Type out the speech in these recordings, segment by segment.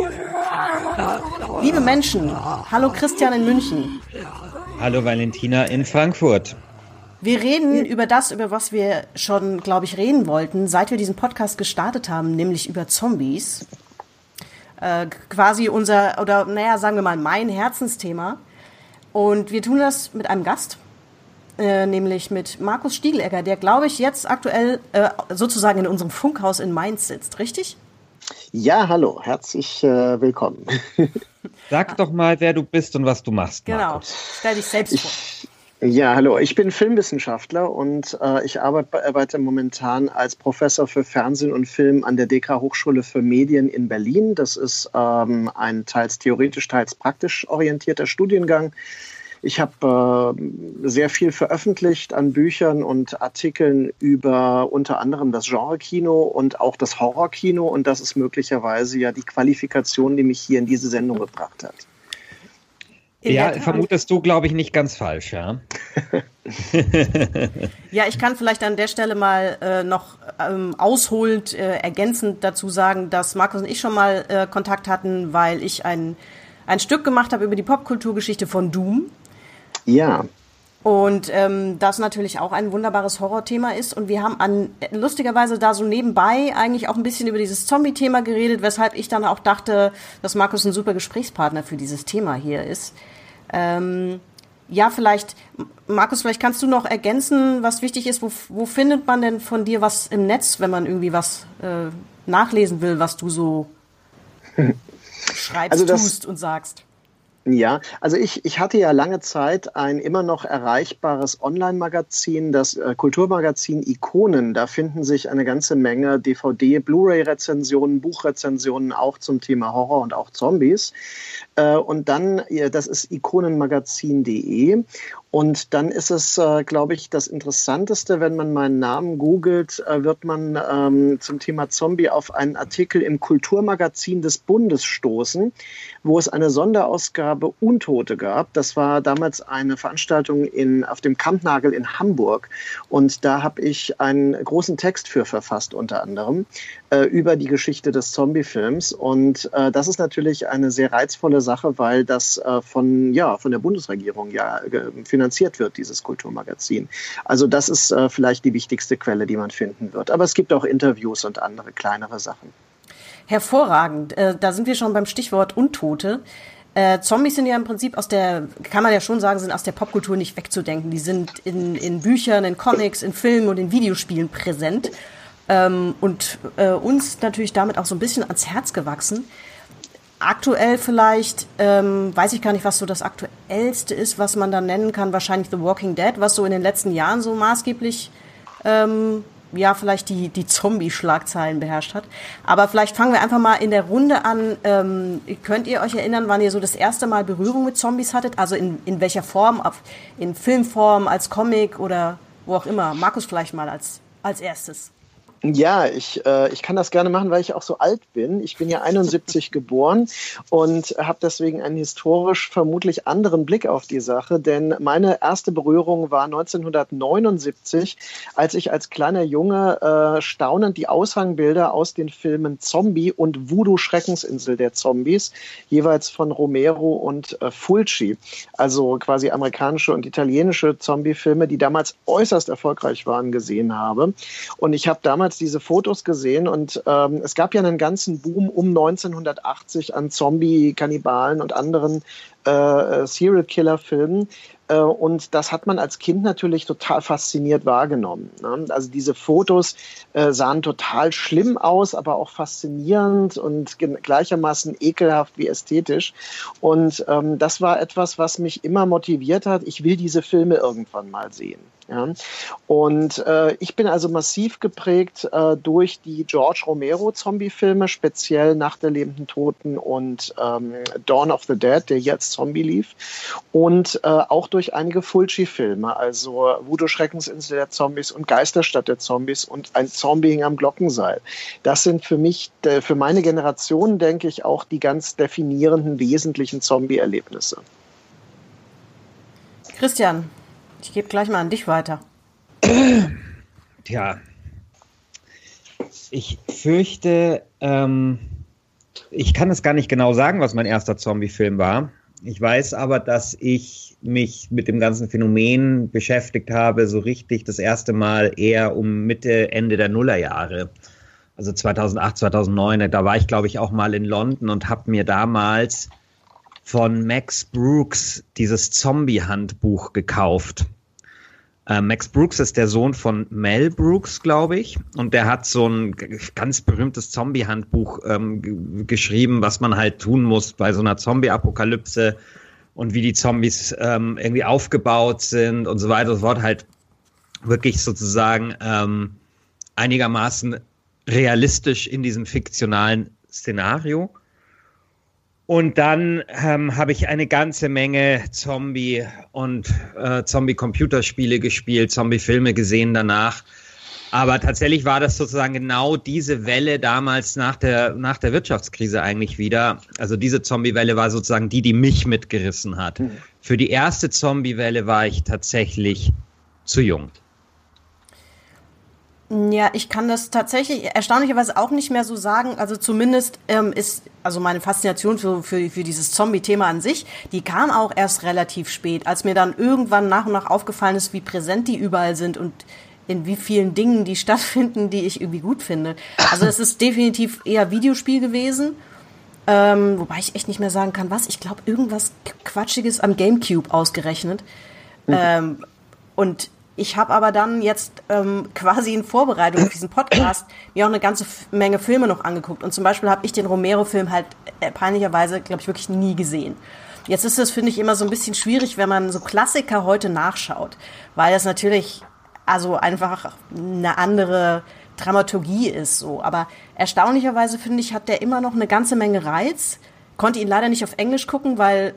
Liebe Menschen, hallo Christian in München. Hallo Valentina in Frankfurt. Wir reden über das, über was wir schon, glaube ich, reden wollten, seit wir diesen Podcast gestartet haben, nämlich über Zombies. Quasi sagen wir mal, mein Herzensthema. Und wir tun das mit einem Gast, nämlich mit Markus Stiegelegger, der, glaube ich, jetzt aktuell sozusagen in unserem Funkhaus in Mainz sitzt, richtig? Ja, hallo, herzlich willkommen. Sag doch mal, wer du bist und was du machst, Markus. Genau, stell dich selbst vor. Ja, hallo, ich bin Filmwissenschaftler und ich arbeite momentan als Professor für Fernsehen und Film an der DEKRA Hochschule für Medien in Berlin. Das ist ein teils theoretisch, teils praktisch orientierter Studiengang. Ich habe sehr viel veröffentlicht an Büchern und Artikeln über unter anderem das Genre-Kino und auch das Horror-Kino. Und das ist möglicherweise ja die Qualifikation, die mich hier in diese Sendung gebracht hat. Ja, vermutest du, glaube ich, nicht ganz falsch, ja. Ja, ich kann vielleicht an der Stelle mal noch ausholend, ergänzend dazu sagen, dass Markus und ich schon mal Kontakt hatten, weil ich ein Stück gemacht habe über die Popkulturgeschichte von Doom. Ja. Und das natürlich auch ein wunderbares Horrorthema ist. Und wir haben lustigerweise da so nebenbei eigentlich auch ein bisschen über dieses Zombie-Thema geredet, weshalb ich dann auch dachte, dass Markus ein super Gesprächspartner für dieses Thema hier ist. Ja, Markus, vielleicht kannst du noch ergänzen, was wichtig ist. Wo findet man denn von dir was im Netz, wenn man irgendwie was nachlesen will, was du so schreibst, tust und sagst? Ja, also ich hatte ja lange Zeit ein immer noch erreichbares Online-Magazin, das Kulturmagazin Ikonen. Da finden sich eine ganze Menge DVD, Blu-ray-Rezensionen, Buchrezensionen auch zum Thema Horror und auch Zombies. Und dann, das ist ikonenmagazin.de. Und dann ist es, glaube ich, das Interessanteste, wenn man meinen Namen googelt, wird man zum Thema Zombie auf einen Artikel im Kulturmagazin des Bundes stoßen, wo es eine Sonderausgabe Untote gab. Das war damals eine Veranstaltung auf dem Kampnagel in Hamburg. Und da habe ich einen großen Text für verfasst, unter anderem, über die Geschichte des Zombie-Films. Und das ist natürlich eine sehr reizvolle Sache, weil das von der Bundesregierung finanziert wird, dieses Kulturmagazin. Also das ist vielleicht die wichtigste Quelle, die man finden wird. Aber es gibt auch Interviews und andere kleinere Sachen. Hervorragend. Da sind wir schon beim Stichwort Untote. Zombies sind ja im Prinzip kann man ja schon sagen, sind aus der Popkultur nicht wegzudenken. Die sind in Büchern, in Comics, in Filmen und in Videospielen präsent. Und uns natürlich damit auch so ein bisschen ans Herz gewachsen. Aktuell vielleicht, weiß ich gar nicht, was so das Aktuellste ist, was man da nennen kann, wahrscheinlich The Walking Dead, was so in den letzten Jahren so maßgeblich vielleicht die Zombie-Schlagzeilen beherrscht hat. Aber vielleicht fangen wir einfach mal in der Runde an. Könnt ihr euch erinnern, wann ihr so das erste Mal Berührung mit Zombies hattet? Also in welcher Form? In Filmform, als Comic oder wo auch immer? Markus vielleicht mal als erstes. Ja, ich kann das gerne machen, weil ich auch so alt bin. Ich bin ja 71 geboren und habe deswegen einen historisch vermutlich anderen Blick auf die Sache, denn meine erste Berührung war 1979, als ich als kleiner Junge staunend die Aushangbilder aus den Filmen Zombie und Voodoo Schreckensinsel der Zombies, jeweils von Romero und Fulci, also quasi amerikanische und italienische Zombie-Filme, die damals äußerst erfolgreich waren, gesehen habe. Und ich habe damals diese Fotos gesehen und es gab ja einen ganzen Boom um 1980 an Zombie, Kannibalen und anderen Serial-Killer-Filmen. Und das hat man als Kind natürlich total fasziniert wahrgenommen. Ne? Also diese Fotos sahen total schlimm aus, aber auch faszinierend und gleichermaßen ekelhaft wie ästhetisch. Und das war etwas, was mich immer motiviert hat. Ich will diese Filme irgendwann mal sehen. Ja? Und ich bin also massiv geprägt durch die George Romero Zombie-Filme, speziell Nacht der lebenden Toten und Dawn of the Dead, der jetzt Zombie lief. Und auch durch einige Fulci-Filme, also Voodoo Schreckensinsel der Zombies und Geisterstadt der Zombies und ein Zombie hing am Glockenseil. Das sind für mich, für meine Generation, denke ich, auch die ganz definierenden, wesentlichen Zombie-Erlebnisse. Christian, ich gebe gleich mal an dich weiter. Tja, ich fürchte, Ich kann es gar nicht genau sagen, was mein erster Zombie-Film war. Ich weiß aber, dass ich mich mit dem ganzen Phänomen beschäftigt habe, so richtig das erste Mal eher um Mitte, Ende der Nullerjahre. Also 2008, 2009, da war ich, glaube ich, auch mal in London und habe mir damals von Max Brooks dieses Zombie-Handbuch gekauft. Max Brooks ist der Sohn von Mel Brooks, glaube ich, und der hat so ein ganz berühmtes Zombie-Handbuch geschrieben, was man halt tun muss bei so einer Zombie-Apokalypse und wie die Zombies irgendwie aufgebaut sind und so weiter und so fort, halt wirklich sozusagen einigermaßen realistisch in diesem fiktionalen Szenario. Und dann habe ich eine ganze Menge Zombie- und Zombie-Computerspiele gespielt, Zombie-Filme gesehen danach. Aber tatsächlich war das sozusagen genau diese Welle damals nach der Wirtschaftskrise eigentlich wieder. Also diese Zombie-Welle war sozusagen die mich mitgerissen hat. Für die erste Zombie-Welle war ich tatsächlich zu jung. Ja, ich kann das tatsächlich erstaunlicherweise auch nicht mehr so sagen. Also zumindest ist also meine Faszination für dieses Zombie-Thema an sich, die kam auch erst relativ spät, als mir dann irgendwann nach und nach aufgefallen ist, wie präsent die überall sind und in wie vielen Dingen die stattfinden, die ich irgendwie gut finde. Also es ist definitiv eher Videospiel gewesen, wobei ich echt nicht mehr sagen kann, was. Ich glaube, irgendwas Quatschiges am GameCube ausgerechnet. Und ich habe aber dann jetzt quasi in Vorbereitung auf diesen Podcast mir auch eine ganze Menge Filme noch angeguckt. Und zum Beispiel habe ich den Romero-Film halt peinlicherweise, glaube ich, wirklich nie gesehen. Jetzt ist es, finde ich, immer so ein bisschen schwierig, wenn man so Klassiker heute nachschaut, weil das natürlich also einfach eine andere Dramaturgie ist so. Aber erstaunlicherweise, finde ich, hat der immer noch eine ganze Menge Reiz. Konnte ihn leider nicht auf Englisch gucken, weil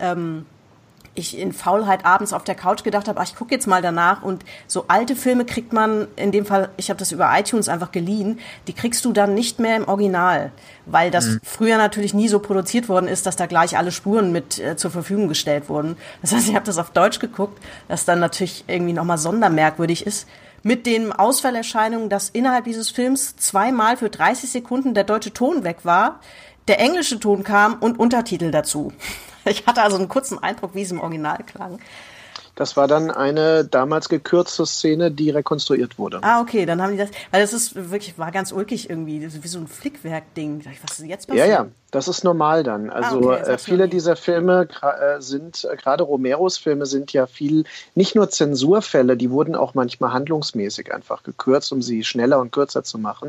ich in Faulheit abends auf der Couch gedacht habe, ich gucke jetzt mal danach, und so alte Filme kriegt man, in dem Fall, ich habe das über iTunes einfach geliehen, die kriegst du dann nicht mehr im Original, weil das früher natürlich nie so produziert worden ist, dass da gleich alle Spuren mit zur Verfügung gestellt wurden. Das heißt, ich habe das auf Deutsch geguckt, das dann natürlich irgendwie nochmal sondermerkwürdig ist, mit den Ausfallerscheinungen, dass innerhalb dieses Films zweimal für 30 Sekunden der deutsche Ton weg war, der englische Ton kam und Untertitel dazu. Ich hatte also einen kurzen Eindruck, wie es im Original klang. Das war dann eine damals gekürzte Szene, die rekonstruiert wurde. Ah, okay, dann haben die das, weil das ist wirklich, war ganz ulkig irgendwie, das ist wie so ein Flickwerk-Ding. Was ist jetzt passiert? Ja, das ist normal dann. Also okay, viele dieser Filme sind, gerade Romeros Filme sind ja viel, nicht nur Zensurfälle, die wurden auch manchmal handlungsmäßig einfach gekürzt, um sie schneller und kürzer zu machen.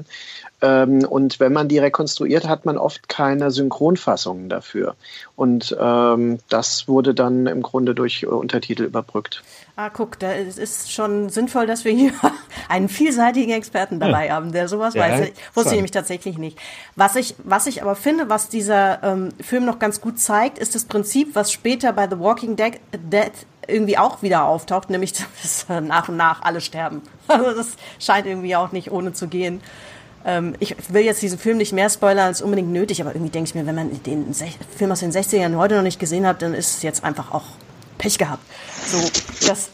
Und wenn man die rekonstruiert, hat man oft keine Synchronfassungen dafür. Und das wurde dann im Grunde durch Untertitel überbrückt. Ah, guck, da ist schon sinnvoll, dass wir hier einen vielseitigen Experten dabei haben, der sowas weiß. Wusste ich nämlich tatsächlich nicht. Was ich aber finde, was dieser Film noch ganz gut zeigt, ist das Prinzip, was später bei The Walking Dead irgendwie auch wieder auftaucht, nämlich, dass nach und nach alle sterben. Also das scheint irgendwie auch nicht ohne zu gehen. Ich will jetzt diesen Film nicht mehr spoilern als unbedingt nötig, aber irgendwie denke ich mir, wenn man den Film aus den 60ern heute noch nicht gesehen hat, dann ist es jetzt einfach auch Pech gehabt. So, das,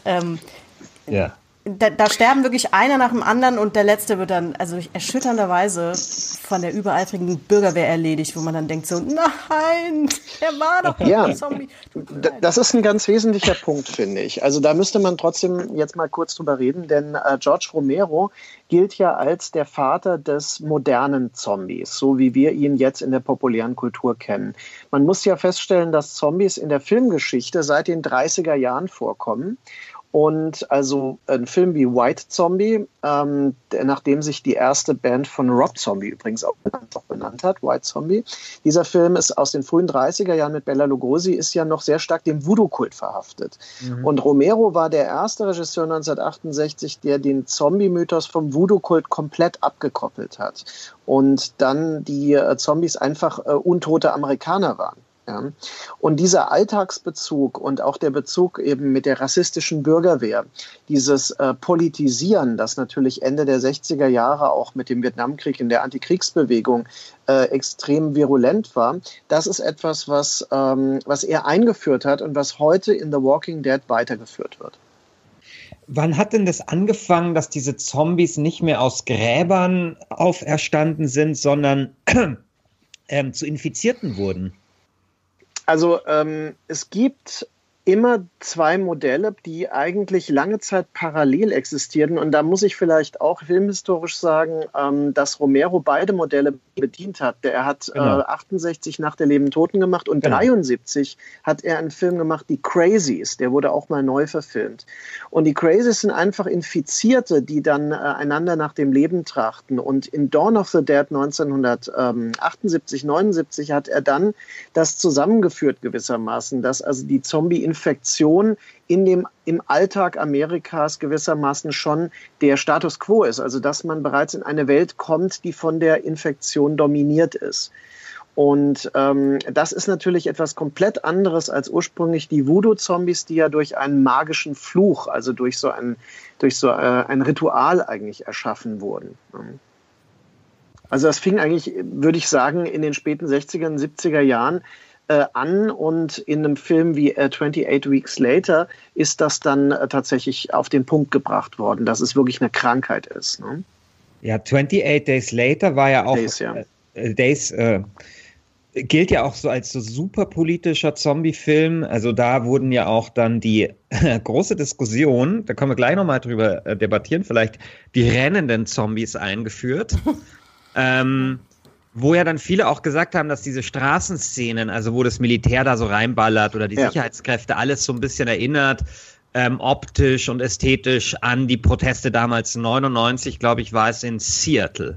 da sterben wirklich einer nach dem anderen und der letzte wird dann, also erschütternderweise von der übereifrigen Bürgerwehr erledigt, wo man dann denkt so, nein, er war doch ein Zombie. Das ist ein ganz wesentlicher Punkt, finde ich. Also da müsste man trotzdem jetzt mal kurz drüber reden, denn George Romero gilt ja als der Vater des modernen Zombies, so wie wir ihn jetzt in der populären Kultur kennen. Man muss ja feststellen, dass Zombies in der Filmgeschichte seit den 30er Jahren vorkommen. Und also ein Film wie White Zombie, nachdem sich die erste Band von Rob Zombie übrigens auch benannt hat, White Zombie. Dieser Film ist aus den frühen 30er Jahren mit Bela Lugosi, ist ja noch sehr stark dem Voodoo-Kult verhaftet. Und Romero war der erste Regisseur 1968, der den Zombie-Mythos vom Voodoo-Kult komplett abgekoppelt hat. Und dann die Zombies einfach untote Amerikaner waren. Ja. Und dieser Alltagsbezug und auch der Bezug eben mit der rassistischen Bürgerwehr, dieses Politisieren, das natürlich Ende der 60er Jahre auch mit dem Vietnamkrieg in der Antikriegsbewegung extrem virulent war, das ist etwas, was er eingeführt hat und was heute in The Walking Dead weitergeführt wird. Wann hat denn das angefangen, dass diese Zombies nicht mehr aus Gräbern auferstanden sind, sondern zu Infizierten wurden? Also es gibt immer zwei Modelle, die eigentlich lange Zeit parallel existierten. Und da muss ich vielleicht auch filmhistorisch sagen, dass Romero beide Modelle bedient hat. Er hat 68 Nach der lebenden Toten gemacht und 73 hat er einen Film gemacht, die Crazies. Der wurde auch mal neu verfilmt. Und die Crazies sind einfach Infizierte, die dann einander nach dem Leben trachten. Und in Dawn of the Dead 1978, 79 hat er dann das zusammengeführt gewissermaßen, dass also die Zombie-Infektion im Alltag Amerikas gewissermaßen schon der Status quo ist. Also dass man bereits in eine Welt kommt, die von der Infektion dominiert ist. Und das ist natürlich etwas komplett anderes als ursprünglich die Voodoo-Zombies, die ja durch einen magischen Fluch, also durch so ein Ritual eigentlich erschaffen wurden. Also das fing eigentlich, würde ich sagen, in den späten 60er und 70er Jahren an, und in einem Film wie 28 Weeks Later ist das dann tatsächlich auf den Punkt gebracht worden, dass es wirklich eine Krankheit ist. Ne? Ja, 28 Days Later war ja auch Days, gilt ja auch so als so super politischer Zombie-Film. Also da wurden ja auch dann die große Diskussion, da können wir gleich nochmal drüber debattieren, vielleicht die rennenden Zombies eingeführt. Wo ja dann viele auch gesagt haben, dass diese Straßenszenen, also wo das Militär da so reinballert oder die Sicherheitskräfte, alles so ein bisschen erinnert, optisch und ästhetisch an die Proteste damals 99, glaube ich, war es in Seattle.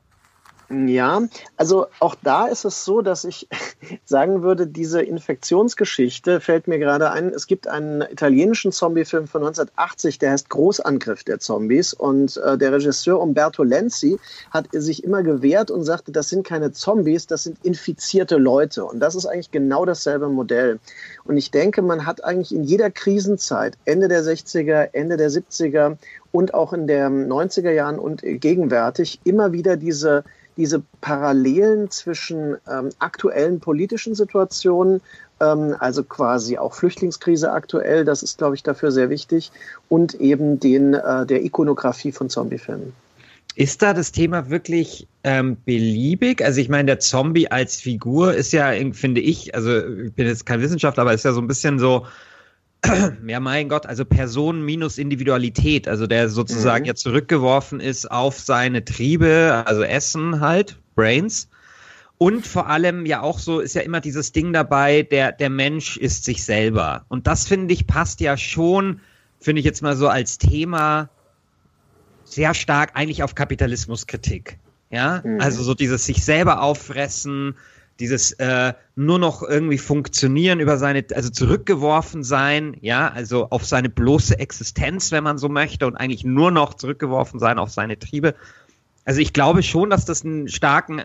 Ja, also auch da ist es so, dass ich sagen würde, diese Infektionsgeschichte fällt mir gerade ein. Es gibt einen italienischen Zombie-Film von 1980, der heißt Großangriff der Zombies, und der Regisseur Umberto Lenzi hat sich immer gewehrt und sagte, das sind keine Zombies, das sind infizierte Leute, und das ist eigentlich genau dasselbe Modell. Und ich denke, man hat eigentlich in jeder Krisenzeit, Ende der 60er, Ende der 70er und auch in den 90er Jahren und gegenwärtig immer wieder diese Parallelen zwischen aktuellen politischen Situationen, also quasi auch Flüchtlingskrise aktuell, das ist, glaube ich, dafür sehr wichtig, und eben der Ikonografie von Zombiefilmen. Ist da das Thema wirklich beliebig? Also ich meine, der Zombie als Figur ist ja, finde ich, also ich bin jetzt kein Wissenschaftler, aber ist ja so ein bisschen so, ja, mein Gott, also Person minus Individualität, also der sozusagen ja zurückgeworfen ist auf seine Triebe, also Essen halt, Brains. Und vor allem ja auch so ist ja immer dieses Ding dabei, der Mensch ist sich selber. Und das, finde ich, passt ja schon, finde ich jetzt mal so als Thema sehr stark eigentlich auf Kapitalismuskritik. Ja, also so dieses sich selber auffressen, dieses nur noch irgendwie funktionieren über also zurückgeworfen sein, ja, also auf seine bloße Existenz, wenn man so möchte, und eigentlich nur noch zurückgeworfen sein auf seine Triebe. Also ich glaube schon, dass das einen starken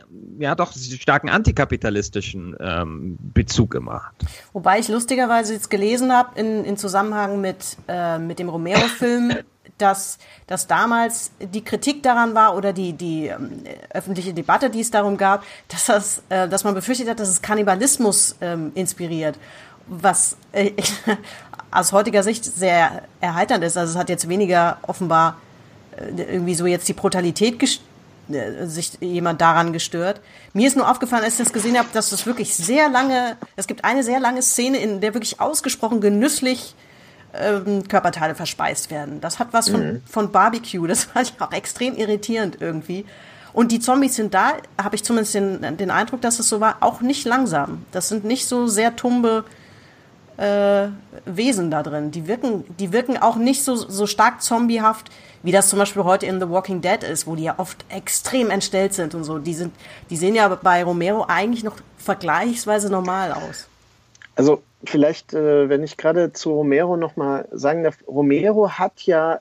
antikapitalistischen Bezug immer hat. Wobei ich lustigerweise jetzt gelesen habe in Zusammenhang mit dem Romero-Film, dass damals die Kritik daran war, oder die öffentliche Debatte, die es darum gab, dass man befürchtet hat, dass es Kannibalismus inspiriert, was aus heutiger Sicht sehr erheiternd ist. Also es hat jetzt weniger offenbar irgendwie so jetzt die Brutalität sich jemand daran gestört. Mir ist nur aufgefallen, als ich das gesehen habe, dass es wirklich es gibt eine sehr lange Szene, in der wirklich ausgesprochen genüsslich Körperteile verspeist werden. Das hat was von Barbecue. Das fand ich auch extrem irritierend irgendwie. Und die Zombies sind da, habe ich zumindest den Eindruck, dass es so war, auch nicht langsam. Das sind nicht so sehr tumbe Wesen da drin. Die wirken auch nicht so stark zombiehaft, wie das zum Beispiel heute in The Walking Dead ist, wo die ja oft extrem entstellt sind und so. Die sehen ja bei Romero eigentlich noch vergleichsweise normal aus. Also vielleicht, wenn ich gerade zu Romero nochmal sagen darf, Romero hat ja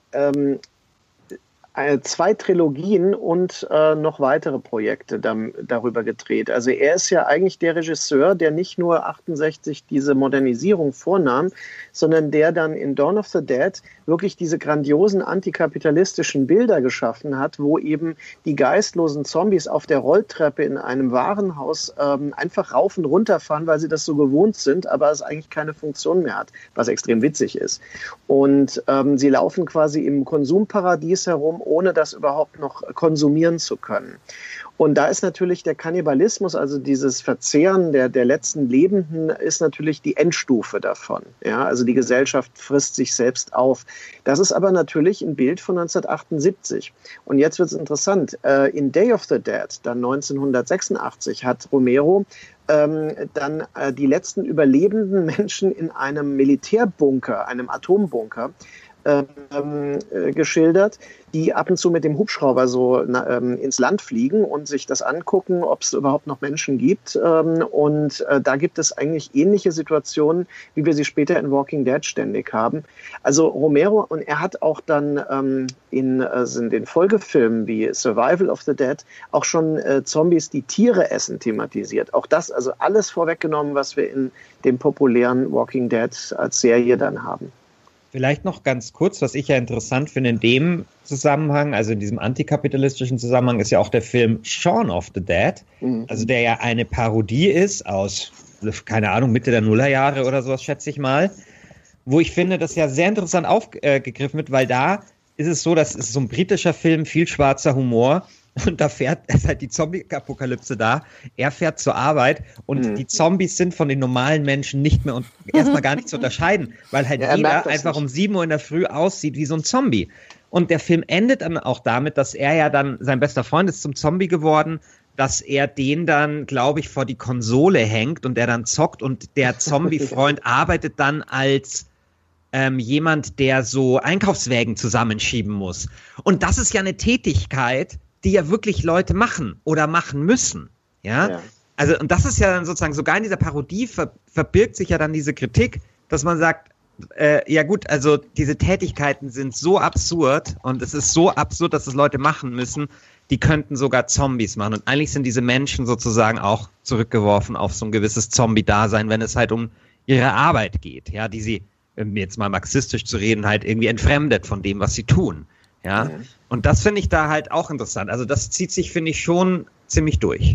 2 Trilogien und noch weitere Projekte darüber gedreht. Also er ist ja eigentlich der Regisseur, der nicht nur 68 diese Modernisierung vornahm, sondern der dann in Dawn of the Dead wirklich diese grandiosen antikapitalistischen Bilder geschaffen hat, wo eben die geistlosen Zombies auf der Rolltreppe in einem Warenhaus einfach rauf und runter fahren, weil sie das so gewohnt sind, aber es eigentlich keine Funktion mehr hat, was extrem witzig ist. Und sie laufen quasi im Konsumparadies herum, ohne das überhaupt noch konsumieren zu können. Und da ist natürlich der Kannibalismus, also dieses Verzehren der letzten Lebenden, ist natürlich die Endstufe davon. Ja, also die Gesellschaft frisst sich selbst auf. Das ist aber natürlich ein Bild von 1978. Und jetzt wird es interessant. In Day of the Dead, dann 1986, hat Romero dann die letzten überlebenden Menschen in einem Militärbunker, einem Atombunker, geschildert, die ab und zu mit dem Hubschrauber so ins Land fliegen und sich das angucken, ob es überhaupt noch Menschen gibt. Und da gibt es eigentlich ähnliche Situationen, wie wir sie später in Walking Dead ständig haben. Also Romero, und er hat auch dann in den Folgefilmen wie Survival of the Dead auch schon Zombies, die Tiere essen, thematisiert. Auch das, also alles vorweggenommen, was wir in dem populären Walking Dead als Serie dann haben. Vielleicht noch ganz kurz, was ich ja interessant finde in dem Zusammenhang, also in diesem antikapitalistischen Zusammenhang, ist ja auch der Film Shaun of the Dead, also der ja eine Parodie ist aus, keine Ahnung, Mitte der Nullerjahre oder sowas, schätze ich mal, wo ich finde, das ja sehr interessant aufgegriffen wird, weil da ist es so, das ist so ein britischer Film, viel schwarzer Humor. Und da ist halt die Zombie-Apokalypse da. Er fährt zur Arbeit und die Zombies sind von den normalen Menschen nicht mehr und erstmal gar nicht zu unterscheiden, weil halt jeder einfach um 7 Uhr in der Früh aussieht wie so ein Zombie. Und der Film endet dann auch damit, dass er ja dann, sein bester Freund ist zum Zombie geworden, dass er den dann, glaube ich, vor die Konsole hängt und der dann zockt und der Zombie-Freund arbeitet dann als jemand, der so Einkaufswägen zusammenschieben muss. Und das ist ja eine Tätigkeit, die ja wirklich Leute machen oder machen müssen, ja? Also, und das ist ja dann sozusagen, sogar in dieser Parodie verbirgt sich ja dann diese Kritik, dass man sagt, ja gut, also diese Tätigkeiten sind so absurd und es ist so absurd, dass es Leute machen müssen, die könnten sogar Zombies machen. Und eigentlich sind diese Menschen sozusagen auch zurückgeworfen auf so ein gewisses Zombie-Dasein, wenn es halt um ihre Arbeit geht, ja, die sie, um jetzt mal marxistisch zu reden, halt irgendwie entfremdet von dem, was sie tun. Ja, und das finde ich da halt auch interessant. Also das zieht sich, finde ich, schon ziemlich durch.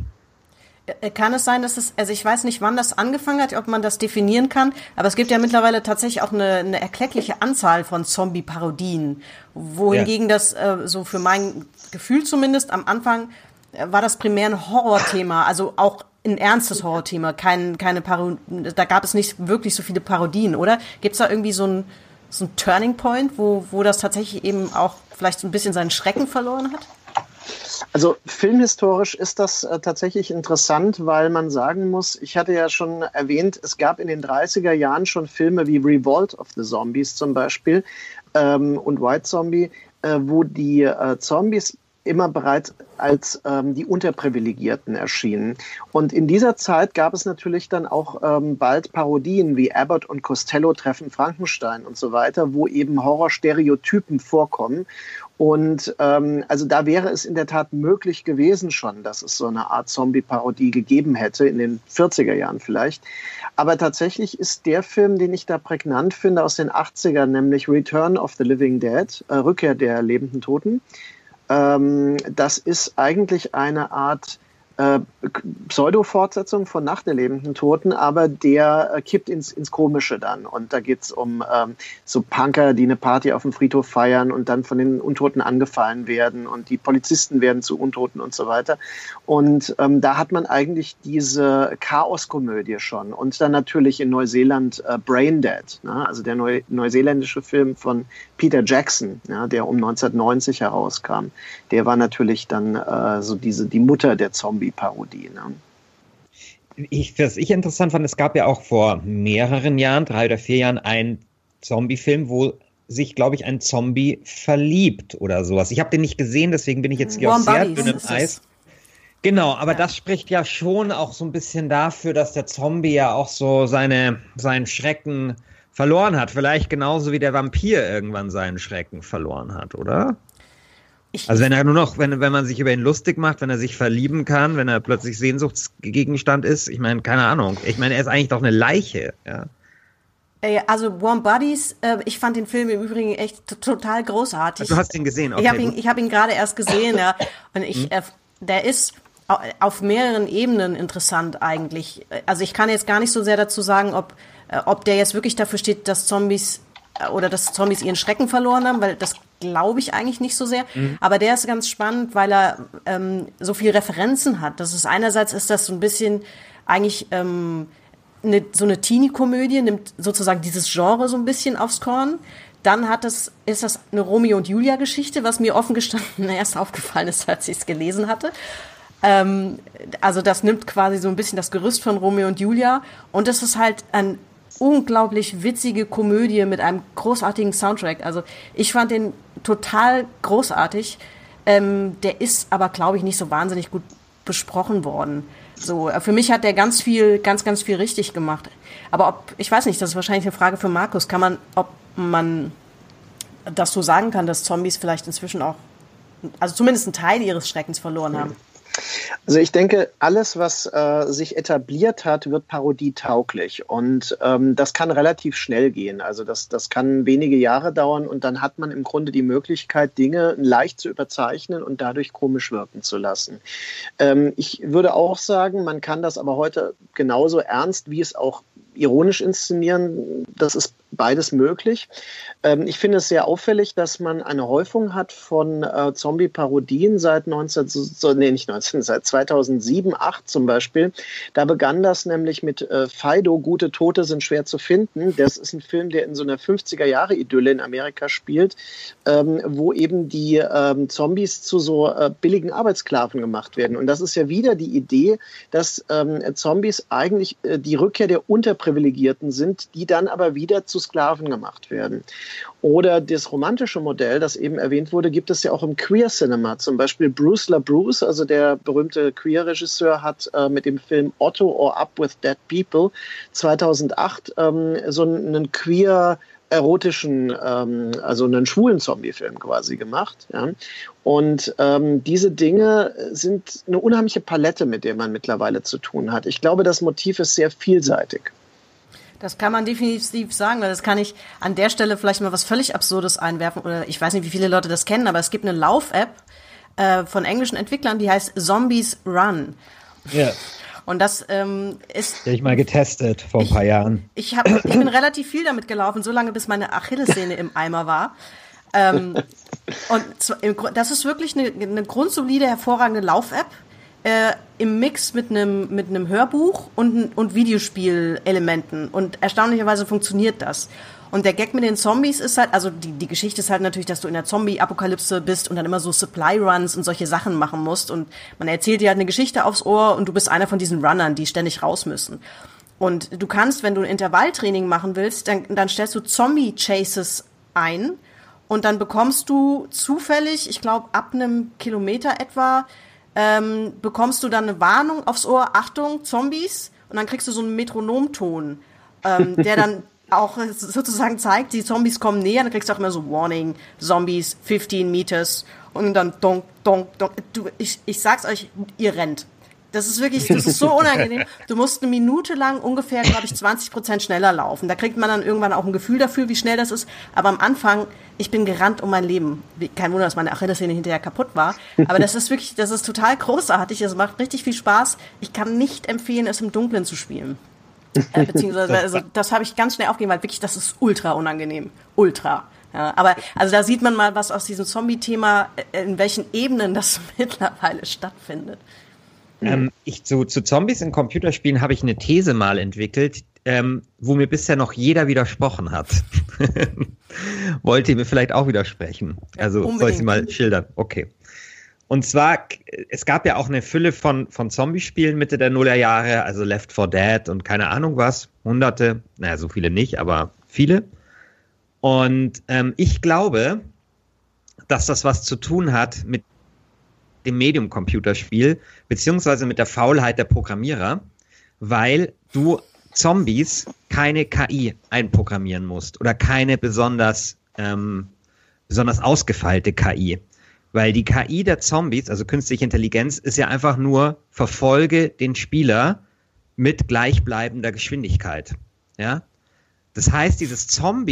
Kann es sein, dass es, also ich weiß nicht, wann das angefangen hat, ob man das definieren kann, aber es gibt ja mittlerweile tatsächlich auch eine erkleckliche Anzahl von Zombie-Parodien, wohingegen das, so für mein Gefühl zumindest, am Anfang war das primär ein Horrorthema, also auch ein ernstes Horrorthema, keine Parodie, da gab es nicht wirklich so viele Parodien, oder? Gibt es da irgendwie so ein Turning Point, wo das tatsächlich eben auch vielleicht so ein bisschen seinen Schrecken verloren hat? Also filmhistorisch ist das tatsächlich interessant, weil man sagen muss, ich hatte ja schon erwähnt, es gab in den 30er Jahren schon Filme wie Revolt of the Zombies zum Beispiel und White Zombie, wo die Zombies immer bereits als die Unterprivilegierten erschienen. Und in dieser Zeit gab es natürlich dann auch bald Parodien wie Abbott und Costello treffen Frankenstein und so weiter, wo eben Horrorstereotypen vorkommen. Und also da wäre es in der Tat möglich gewesen schon, dass es so eine Art Zombie-Parodie gegeben hätte, in den 40er Jahren vielleicht. Aber tatsächlich ist der Film, den ich da prägnant finde, aus den 80ern, nämlich Return of the Living Dead, Rückkehr der lebenden Toten. Das ist eigentlich eine Art Pseudo-Fortsetzung von Nacht der lebenden Toten, aber der kippt ins Komische dann. Und da geht's um so Punker, die eine Party auf dem Friedhof feiern und dann von den Untoten angefallen werden und die Polizisten werden zu Untoten und so weiter. Und da hat man eigentlich diese Chaoskomödie schon. Und dann natürlich in Neuseeland Braindead, ne? Also der neuseeländische Film von Peter Jackson, ja, der um 1990 herauskam. Der war natürlich dann so die Mutter der Zombie-Parodie. Ne? Was ich interessant fand, es gab ja auch vor mehreren Jahren, 3 oder 4 Jahren, einen Zombie-Film, wo sich, glaube ich, ein Zombie verliebt oder sowas. Ich habe den nicht gesehen, deswegen bin ich jetzt hier auf sehr dünnem Eis. Genau, aber das spricht ja schon auch so ein bisschen dafür, dass der Zombie ja auch so seinen Schrecken verloren hat. Vielleicht genauso wie der Vampir irgendwann seinen Schrecken verloren hat, oder? Also wenn er nur noch, wenn man sich über ihn lustig macht, wenn er sich verlieben kann, wenn er plötzlich Sehnsuchtsgegenstand ist, ich meine, keine Ahnung. Ich meine, er ist eigentlich doch eine Leiche, ja. Also Warm Bodies, ich fand den Film im Übrigen echt total großartig. Du hast ihn gesehen, okay. Ich habe ihn gerade erst gesehen, ja. Und der ist auf mehreren Ebenen interessant eigentlich. Also ich kann jetzt gar nicht so sehr dazu sagen, ob der jetzt wirklich dafür steht, dass Zombies ihren Schrecken verloren haben, weil das glaube ich eigentlich nicht so sehr. Aber der ist ganz spannend, weil er so viele Referenzen hat. Einerseits ist das so ein bisschen eigentlich so eine Teenie-Komödie, nimmt sozusagen dieses Genre so ein bisschen aufs Korn. Dann ist das eine Romeo und Julia-Geschichte, was mir offen gestanden erst aufgefallen ist, als ich es gelesen hatte. Also das nimmt quasi so ein bisschen das Gerüst von Romeo und Julia. Und es ist halt eine unglaublich witzige Komödie mit einem großartigen Soundtrack. Also ich fand den total großartig. Der ist aber, glaube ich, nicht so wahnsinnig gut besprochen worden. So, für mich hat der ganz viel richtig gemacht. Aber ich weiß nicht, das ist wahrscheinlich eine Frage für Markus. Ob man das so sagen kann, dass Zombies vielleicht inzwischen auch, also zumindest einen Teil ihres Schreckens verloren haben? Also ich denke, alles, was sich etabliert hat, wird parodietauglich. Und das kann relativ schnell gehen. Also das kann wenige Jahre dauern und dann hat man im Grunde die Möglichkeit, Dinge leicht zu überzeichnen und dadurch komisch wirken zu lassen. Ich würde auch sagen, man kann das aber heute genauso ernst, wie es auch ironisch inszenieren. Das ist beides möglich. Ich finde es sehr auffällig, dass man eine Häufung hat von Zombie-Parodien seit 2007, 2008 zum Beispiel. Da begann das nämlich mit Fido, Gute Tote sind schwer zu finden. Das ist ein Film, der in so einer 50er-Jahre-Idylle in Amerika spielt, wo eben die Zombies zu so billigen Arbeitssklaven gemacht werden. Und das ist ja wieder die Idee, dass Zombies eigentlich die Rückkehr der Unterprivilegierten sind, die dann aber wieder zu Sklaven gemacht werden. Oder das romantische Modell, das eben erwähnt wurde, gibt es ja auch im Queer-Cinema. Zum Beispiel Bruce LaBruce, also der berühmte Queer-Regisseur, hat mit dem Film Otto or Up with Dead People 2008 so einen queer-erotischen, also einen schwulen Zombie-Film quasi gemacht. Ja. Und diese Dinge sind eine unheimliche Palette, mit der man mittlerweile zu tun hat. Ich glaube, das Motiv ist sehr vielseitig. Das kann man definitiv sagen, weil das kann ich an der Stelle vielleicht mal was völlig Absurdes einwerfen, oder ich weiß nicht, wie viele Leute das kennen, aber es gibt eine Lauf-App von englischen Entwicklern, die heißt Zombies Run. Ja. Und das ist... Habe ich mal getestet vor ein paar Jahren. Ich bin relativ viel damit gelaufen, so lange, bis meine Achillessehne im Eimer war. Und das ist wirklich eine grundsolide, hervorragende Lauf-App. Im Mix mit einem Hörbuch und Videospielelementen. Und erstaunlicherweise funktioniert das. Und der Gag mit den Zombies ist halt, also die Geschichte ist halt natürlich, dass du in der Zombie-Apokalypse bist und dann immer so Supply-Runs und solche Sachen machen musst. Und man erzählt dir halt eine Geschichte aufs Ohr und du bist einer von diesen Runnern, die ständig raus müssen. Und du kannst, wenn du ein Intervalltraining machen willst, dann stellst du Zombie-Chases ein und dann bekommst du zufällig, ich glaube ab einem Kilometer etwa, bekommst du dann eine Warnung aufs Ohr, Achtung, Zombies, und dann kriegst du so einen Metronomton, der dann auch sozusagen zeigt, die Zombies kommen näher, dann kriegst du auch immer so Warning, Zombies, 15 Meters, und dann donk, donk, donk. Ich sag's euch, ihr rennt. Das ist so unangenehm. Du musst eine Minute lang ungefähr, glaube ich, 20% schneller laufen. Da kriegt man dann irgendwann auch ein Gefühl dafür, wie schnell das ist. Aber am Anfang, ich bin gerannt um mein Leben. Kein Wunder, dass meine Achillessehne hinterher kaputt war. Aber das ist total großartig. Es macht richtig viel Spaß. Ich kann nicht empfehlen, es im Dunkeln zu spielen. Beziehungsweise, also, das habe ich ganz schnell aufgegeben, weil wirklich, das ist ultra unangenehm. Ultra. Ja, aber also da sieht man mal, was aus diesem Zombie-Thema, in welchen Ebenen das mittlerweile stattfindet. Zu Zombies in Computerspielen habe ich eine These mal entwickelt, wo mir bisher noch jeder widersprochen hat. Wollt ihr mir vielleicht auch widersprechen? Also unbedingt. Soll ich sie mal schildern? Okay. Und zwar, es gab ja auch eine Fülle von Zombie-Spielen Mitte der Nullerjahre, also Left 4 Dead und keine Ahnung was, Hunderte, naja, so viele nicht, aber viele. Und ich glaube, dass das was zu tun hat mit dem Medium-Computerspiel, beziehungsweise mit der Faulheit der Programmierer, weil du Zombies keine KI einprogrammieren musst oder keine besonders ausgefeilte KI. Weil die KI der Zombies, also künstliche Intelligenz, ist ja einfach nur, verfolge den Spieler mit gleichbleibender Geschwindigkeit. Ja? Das heißt, dieses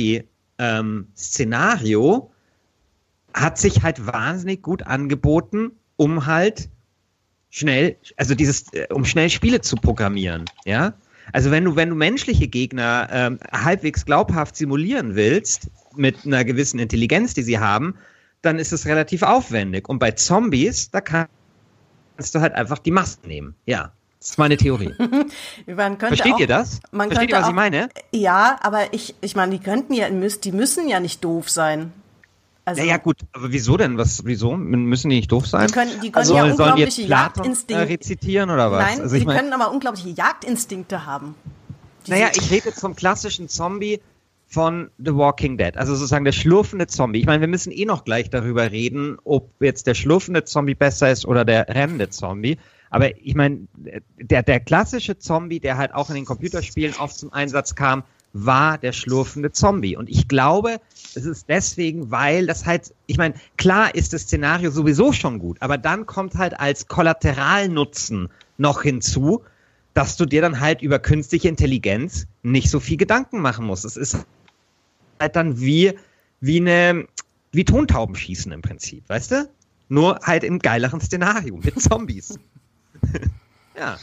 Zombie-Szenario hat sich halt wahnsinnig gut angeboten, um halt schnell Spiele zu programmieren, ja. Also wenn du menschliche Gegner halbwegs glaubhaft simulieren willst, mit einer gewissen Intelligenz, die sie haben, dann ist es relativ aufwendig. Und bei Zombies, da kannst du halt einfach die Massen nehmen. Ja, das ist meine Theorie. Versteht ihr das? Versteht ihr, was ich meine? Ja, aber ich meine, die müssen ja nicht doof sein. Also, ja gut, aber wieso denn? Wieso? Müssen die nicht doof sein? Die können ja unglaubliche Jagdinstinkte rezitieren oder was? Nein, also können aber unglaubliche Jagdinstinkte haben. Ich rede jetzt vom klassischen Zombie von The Walking Dead, also sozusagen der schlurfende Zombie. Ich meine, wir müssen noch gleich darüber reden, ob jetzt der schlurfende Zombie besser ist oder der rennende Zombie. Aber ich meine, der klassische Zombie, der halt auch in den Computerspielen oft zum Einsatz kam, war der schlurfende Zombie. Und ich glaube, es ist deswegen, weil das halt, ich meine, klar ist das Szenario sowieso schon gut, aber dann kommt halt als Kollateralnutzen noch hinzu, dass du dir dann halt über künstliche Intelligenz nicht so viel Gedanken machen musst. Es ist halt dann wie Tontaubenschießen im Prinzip, weißt du? Nur halt im geileren Szenario mit Zombies. Ja.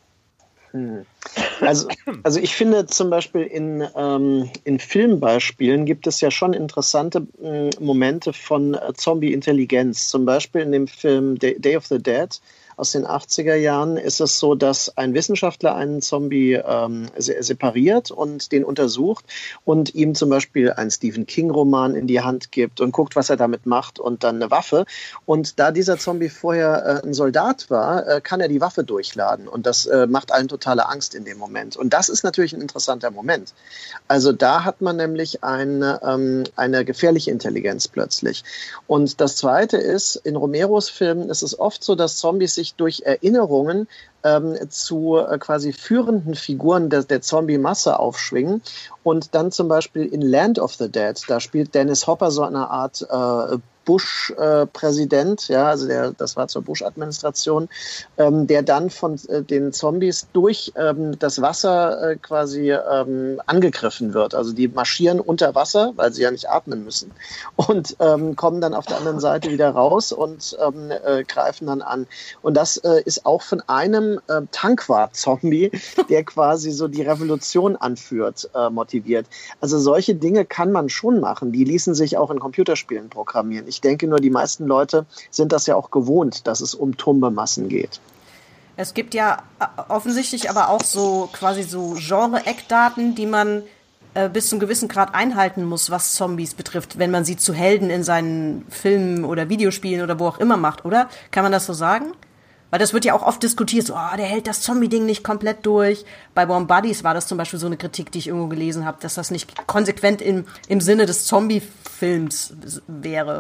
Also ich finde zum Beispiel in Filmbeispielen gibt es ja schon interessante Momente von Zombie-Intelligenz. Zum Beispiel in dem Film Day of the Dead aus den 80er Jahren ist es so, dass ein Wissenschaftler einen Zombie separiert und den untersucht und ihm zum Beispiel einen Stephen King-Roman in die Hand gibt und guckt, was er damit macht und dann eine Waffe. Und da dieser Zombie vorher ein Soldat war, kann er die Waffe durchladen und das macht allen totale Angst in dem Moment. Und das ist natürlich ein interessanter Moment. Also da hat man nämlich eine gefährliche Intelligenz plötzlich. Und das Zweite ist, in Romeros Filmen ist es oft so, dass Zombies sich durch Erinnerungen zu quasi führenden Figuren der Zombie-Masse aufschwingen. Und dann zum Beispiel in Land of the Dead, da spielt Dennis Hopper so eine Art Bush-Präsident, ja, also das war zur Bush-Administration, der dann von den Zombies durch das Wasser quasi angegriffen wird. Also die marschieren unter Wasser, weil sie ja nicht atmen müssen und kommen dann auf der anderen Seite wieder raus und greifen dann an. Und das ist auch von einem Tankwart-Zombie, der quasi so die Revolution anführt, motiviert. Also solche Dinge kann man schon machen. Die ließen sich auch in Computerspielen programmieren. Ich denke nur, die meisten Leute sind das ja auch gewohnt, dass es um tumbe Massen geht. Es gibt ja offensichtlich aber auch so quasi so Genre-Eckdaten, die man bis zu einem gewissen Grad einhalten muss, was Zombies betrifft, wenn man sie zu Helden in seinen Filmen oder Videospielen oder wo auch immer macht, oder? Kann man das so sagen? Weil das wird ja auch oft diskutiert, so, der hält das Zombie-Ding nicht komplett durch. Bei Warm Bodies war das zum Beispiel so eine Kritik, die ich irgendwo gelesen habe, dass das nicht konsequent im Sinne des Zombie-Films wäre.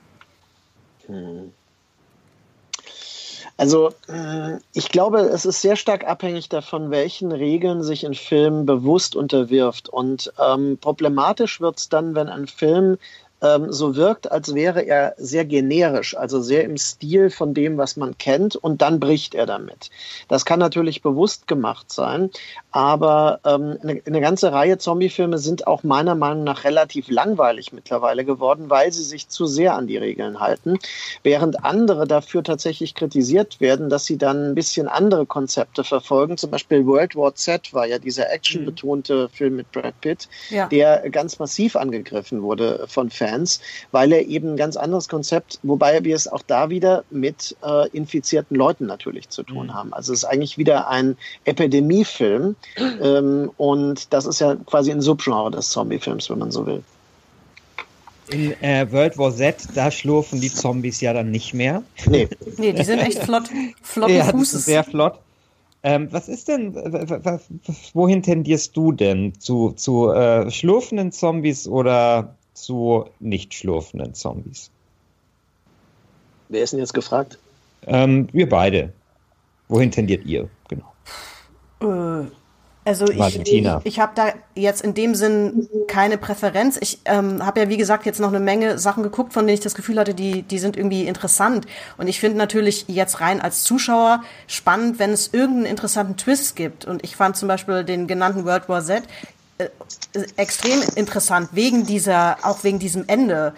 Also ich glaube, es ist sehr stark abhängig davon, welchen Regeln sich ein Film bewusst unterwirft. Und problematisch wird es dann, wenn ein Film so wirkt, als wäre er sehr generisch, also sehr im Stil von dem, was man kennt, und dann bricht er damit. Das kann natürlich bewusst gemacht sein, aber eine ganze Reihe Zombiefilme sind auch meiner Meinung nach relativ langweilig mittlerweile geworden, weil sie sich zu sehr an die Regeln halten, während andere dafür tatsächlich kritisiert werden, dass sie dann ein bisschen andere Konzepte verfolgen. Zum Beispiel World War Z war ja dieser actionbetonte Film mit Brad Pitt, der ganz massiv angegriffen wurde von Fans, weil er eben ein ganz anderes Konzept, wobei wir es auch da wieder mit infizierten Leuten natürlich zu tun haben. Also es ist eigentlich wieder ein Epidemiefilm und das ist ja quasi ein Subgenre des Zombiefilms, wenn man so will. In World War Z, da schlurfen die Zombies ja dann nicht mehr. Nee, die sind echt flotten ja, Fußes. Das ist sehr flott. Was ist denn, wohin tendierst du denn? Zu schlurfenden Zombies oder zu nicht schlurfenden Zombies? Wer ist denn jetzt gefragt? Wir beide. Wohin tendiert ihr? Genau. Also ich habe da jetzt in dem Sinn keine Präferenz. Ich habe ja, wie gesagt, jetzt noch eine Menge Sachen geguckt, von denen ich das Gefühl hatte, die sind irgendwie interessant. Und ich finde natürlich jetzt rein als Zuschauer spannend, wenn es irgendeinen interessanten Twist gibt. Und ich fand zum Beispiel den genannten World War Z extrem interessant, wegen diesem Ende.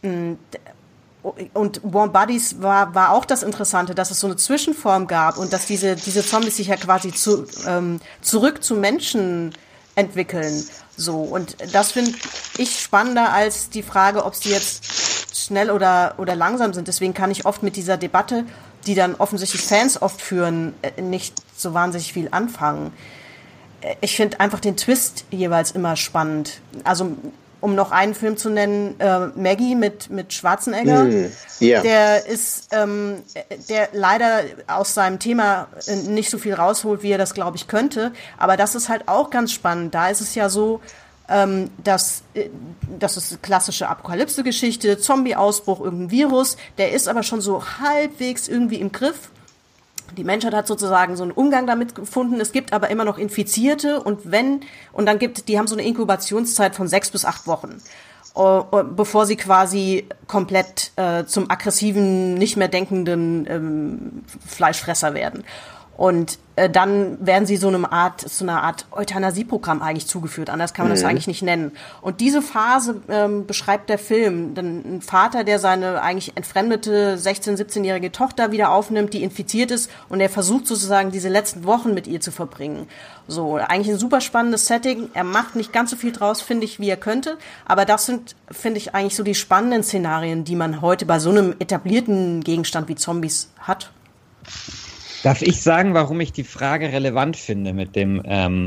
Und Warm Bodies war auch das Interessante, dass es so eine Zwischenform gab und dass diese Zombies sich ja quasi zurück zu Menschen entwickeln. So, und das finde ich spannender als die Frage, ob sie jetzt schnell oder langsam sind. Deswegen kann ich oft mit dieser Debatte, die dann offensichtlich Fans oft führen, nicht so wahnsinnig viel anfangen. Ich finde einfach den Twist jeweils immer spannend. Also, um noch einen Film zu nennen, Maggie mit Schwarzenegger. Yeah. Der ist, der leider aus seinem Thema nicht so viel rausholt, wie er das, glaube ich, könnte. Aber das ist halt auch ganz spannend. Da ist es ja so, das ist eine klassische Apokalypse-Geschichte, Zombie-Ausbruch, irgendein Virus. Der ist aber schon so halbwegs irgendwie im Griff. Die Menschheit hat sozusagen so einen Umgang damit gefunden. Es gibt aber immer noch Infizierte die haben so eine Inkubationszeit von 6 bis 8 Wochen, bevor sie quasi komplett zum aggressiven, nicht mehr denkenden Fleischfresser werden. Und dann werden sie so einer Art Euthanasieprogramm eigentlich zugeführt. Anders kann man das eigentlich nicht nennen. Und diese Phase beschreibt der Film. Ein Vater, der seine eigentlich entfremdete 16-, 17-jährige Tochter wieder aufnimmt, die infiziert ist. Und er versucht sozusagen, diese letzten Wochen mit ihr zu verbringen. So, eigentlich ein super spannendes Setting. Er macht nicht ganz so viel draus, finde ich, wie er könnte. Aber das sind, finde ich, eigentlich so die spannenden Szenarien, die man heute bei so einem etablierten Gegenstand wie Zombies hat. Darf ich sagen, warum ich die Frage relevant finde mit dem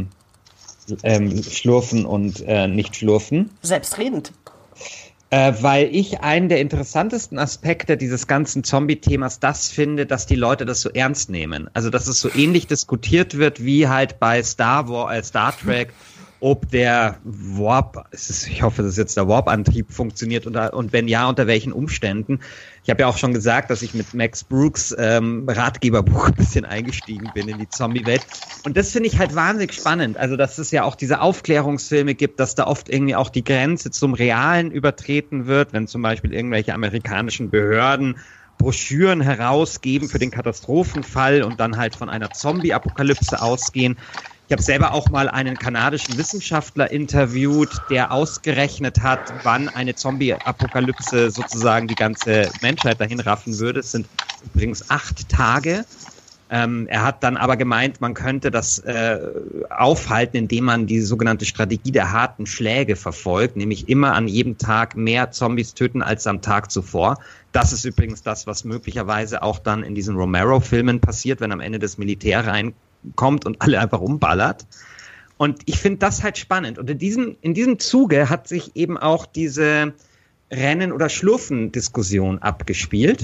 Schlurfen und Nicht-Schlurfen? Selbstredend. Weil ich einen der interessantesten Aspekte dieses ganzen Zombie-Themas das finde, dass die Leute das so ernst nehmen. Also, dass es so ähnlich diskutiert wird wie halt bei Star Trek, ob der Warp, ich hoffe, dass jetzt der Warp-Antrieb funktioniert und wenn ja, unter welchen Umständen. Ich habe ja auch schon gesagt, dass ich mit Max Brooks Ratgeberbuch ein bisschen eingestiegen bin in die Zombie-Welt. Und das finde ich halt wahnsinnig spannend. Also, dass es ja auch diese Aufklärungsfilme gibt, dass da oft irgendwie auch die Grenze zum Realen übertreten wird, wenn zum Beispiel irgendwelche amerikanischen Behörden Broschüren herausgeben für den Katastrophenfall und dann halt von einer Zombie-Apokalypse ausgehen. Ich habe selber auch mal einen kanadischen Wissenschaftler interviewt, der ausgerechnet hat, wann eine Zombie-Apokalypse sozusagen die ganze Menschheit dahin raffen würde. Es sind übrigens 8 Tage. Er hat dann aber gemeint, man könnte das aufhalten, indem man die sogenannte Strategie der harten Schläge verfolgt, nämlich immer an jedem Tag mehr Zombies töten als am Tag zuvor. Das ist übrigens das, was möglicherweise auch dann in diesen Romero-Filmen passiert, wenn am Ende das Militär reinkommt und alle einfach umballert. Und ich finde das halt spannend. Und in diesem Zuge hat sich eben auch diese Rennen- oder Schlurfen-Diskussion abgespielt.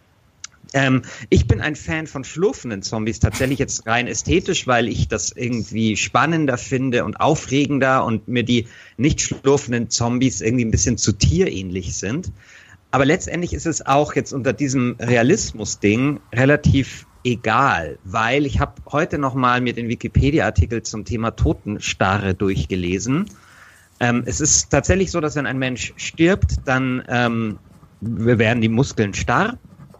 Ich bin ein Fan von schlurfenden Zombies, tatsächlich jetzt rein ästhetisch, weil ich das irgendwie spannender finde und aufregender und mir die nicht schlurfenden Zombies irgendwie ein bisschen zu tierähnlich sind. Aber letztendlich ist es auch jetzt unter diesem Realismus-Ding relativ egal, weil ich habe heute nochmal mir den Wikipedia-Artikel zum Thema Totenstarre durchgelesen. Es ist tatsächlich so, dass wenn ein Mensch stirbt, dann werden die Muskeln starr.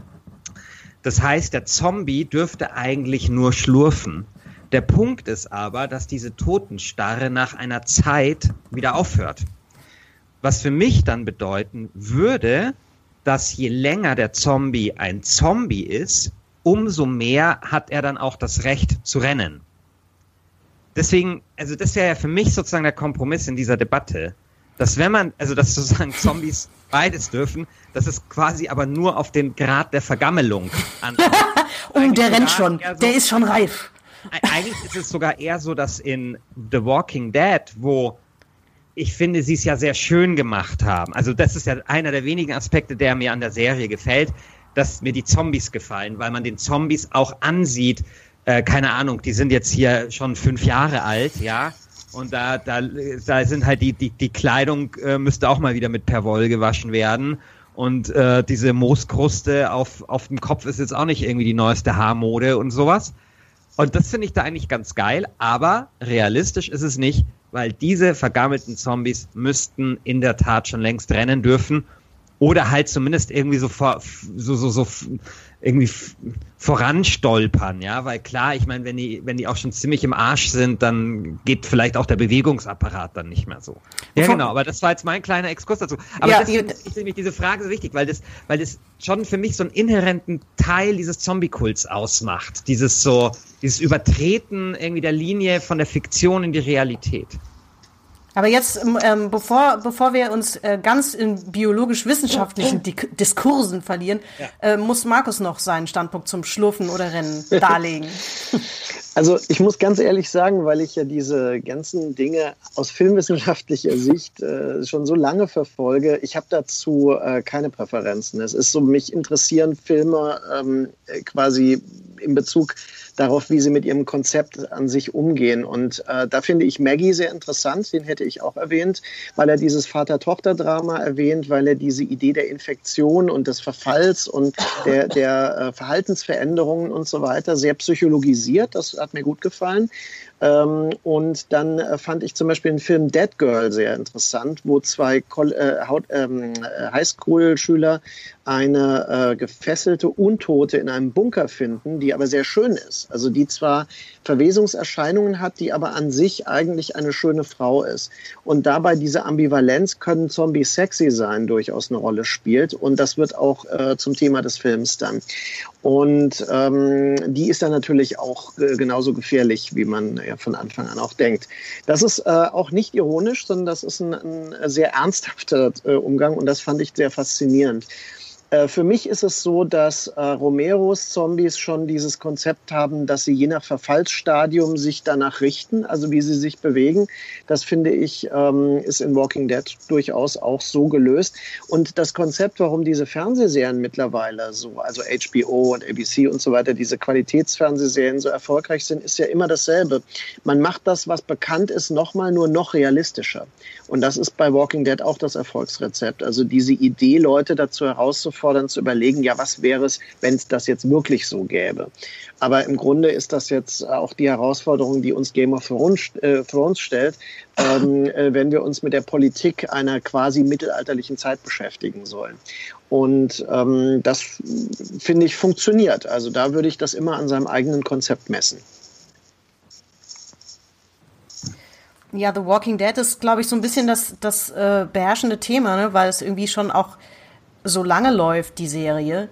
Das heißt, der Zombie dürfte eigentlich nur schlurfen. Der Punkt ist aber, dass diese Totenstarre nach einer Zeit wieder aufhört. Was für mich dann bedeuten würde, dass je länger der Zombie ein Zombie ist, umso mehr hat er dann auch das Recht zu rennen. Deswegen, also das wäre ja für mich sozusagen der Kompromiss in dieser Debatte, dass dass sozusagen Zombies beides dürfen, dass es quasi aber nur auf den Grad der Vergammelung ankommt. Der rennt schon, der ist schon reif. Eigentlich ist es sogar eher so, dass in The Walking Dead, wo ich finde, sie es ja sehr schön gemacht haben, also das ist ja einer der wenigen Aspekte, der mir an der Serie gefällt, dass mir die Zombies gefallen, weil man den Zombies auch ansieht, keine Ahnung, die sind jetzt hier schon 5 Jahre alt, ja, und da sind halt die Kleidung müsste auch mal wieder mit Perwoll gewaschen werden und diese Mooskruste auf dem Kopf ist jetzt auch nicht irgendwie die neueste Haarmode und sowas. Und das finde ich da eigentlich ganz geil, aber realistisch ist es nicht, weil diese vergammelten Zombies müssten in der Tat schon längst rennen dürfen oder halt zumindest irgendwie so irgendwie voranstolpern, ja, weil klar, ich meine, wenn die auch schon ziemlich im Arsch sind, dann geht vielleicht auch der Bewegungsapparat dann nicht mehr so. Ja, genau, aber das war jetzt mein kleiner Exkurs dazu. Aber ja, ist nämlich diese Frage so wichtig, weil das schon für mich so einen inhärenten Teil dieses Zombie-Kults ausmacht. Dieses Übertreten irgendwie der Linie von der Fiktion in die Realität. Aber jetzt, bevor wir uns ganz in biologisch-wissenschaftlichen Diskursen verlieren, muss Markus noch seinen Standpunkt zum Schlurfen oder Rennen darlegen. Also ich muss ganz ehrlich sagen, weil ich ja diese ganzen Dinge aus filmwissenschaftlicher Sicht schon so lange verfolge, ich habe dazu keine Präferenzen. Es ist so, mich interessieren Filme quasi in Bezug darauf, wie sie mit ihrem Konzept an sich umgehen. Und da finde ich Maggie sehr interessant, den hätte ich auch erwähnt, weil er dieses Vater-Tochter-Drama erwähnt, weil er diese Idee der Infektion und des Verfalls und der Verhaltensveränderungen und so weiter sehr psychologisiert. Das hat mir gut gefallen. Und dann fand ich zum Beispiel den Film Dead Girl sehr interessant, wo zwei Highschool-Schüler eine gefesselte Untote in einem Bunker finden, die aber sehr schön ist. Also die zwar Verwesungserscheinungen hat, die aber an sich eigentlich eine schöne Frau ist. Und dabei diese Ambivalenz, können Zombies sexy sein, durchaus eine Rolle spielt. Und das wird auch zum Thema des Films dann. Und die ist dann natürlich auch genauso gefährlich, wie man ja von Anfang an auch denkt. Das ist auch nicht ironisch, sondern das ist ein sehr ernsthafter Umgang und das fand ich sehr faszinierend. Für mich ist es so, dass Romeros Zombies schon dieses Konzept haben, dass sie je nach Verfallsstadium sich danach richten, also wie sie sich bewegen. Das finde ich, ist in Walking Dead durchaus auch so gelöst. Und das Konzept, warum diese Fernsehserien mittlerweile so, also HBO und ABC und so weiter, diese Qualitätsfernsehserien so erfolgreich sind, ist ja immer dasselbe. Man macht das, was bekannt ist, nochmal nur noch realistischer. Und das ist bei Walking Dead auch das Erfolgsrezept. Also diese Idee, Leute dazu herauszufordern, zu überlegen, ja, was wäre es, wenn es das jetzt wirklich so gäbe. Aber im Grunde ist das jetzt auch die Herausforderung, die uns Game of Thrones stellt, wenn wir uns mit der Politik einer quasi mittelalterlichen Zeit beschäftigen sollen. Und das, finde ich, funktioniert. Also da würde ich das immer an seinem eigenen Konzept messen. Ja, The Walking Dead ist, glaube ich, so ein bisschen das beherrschende Thema, ne? Weil es irgendwie schon auch so lange läuft, die Serie,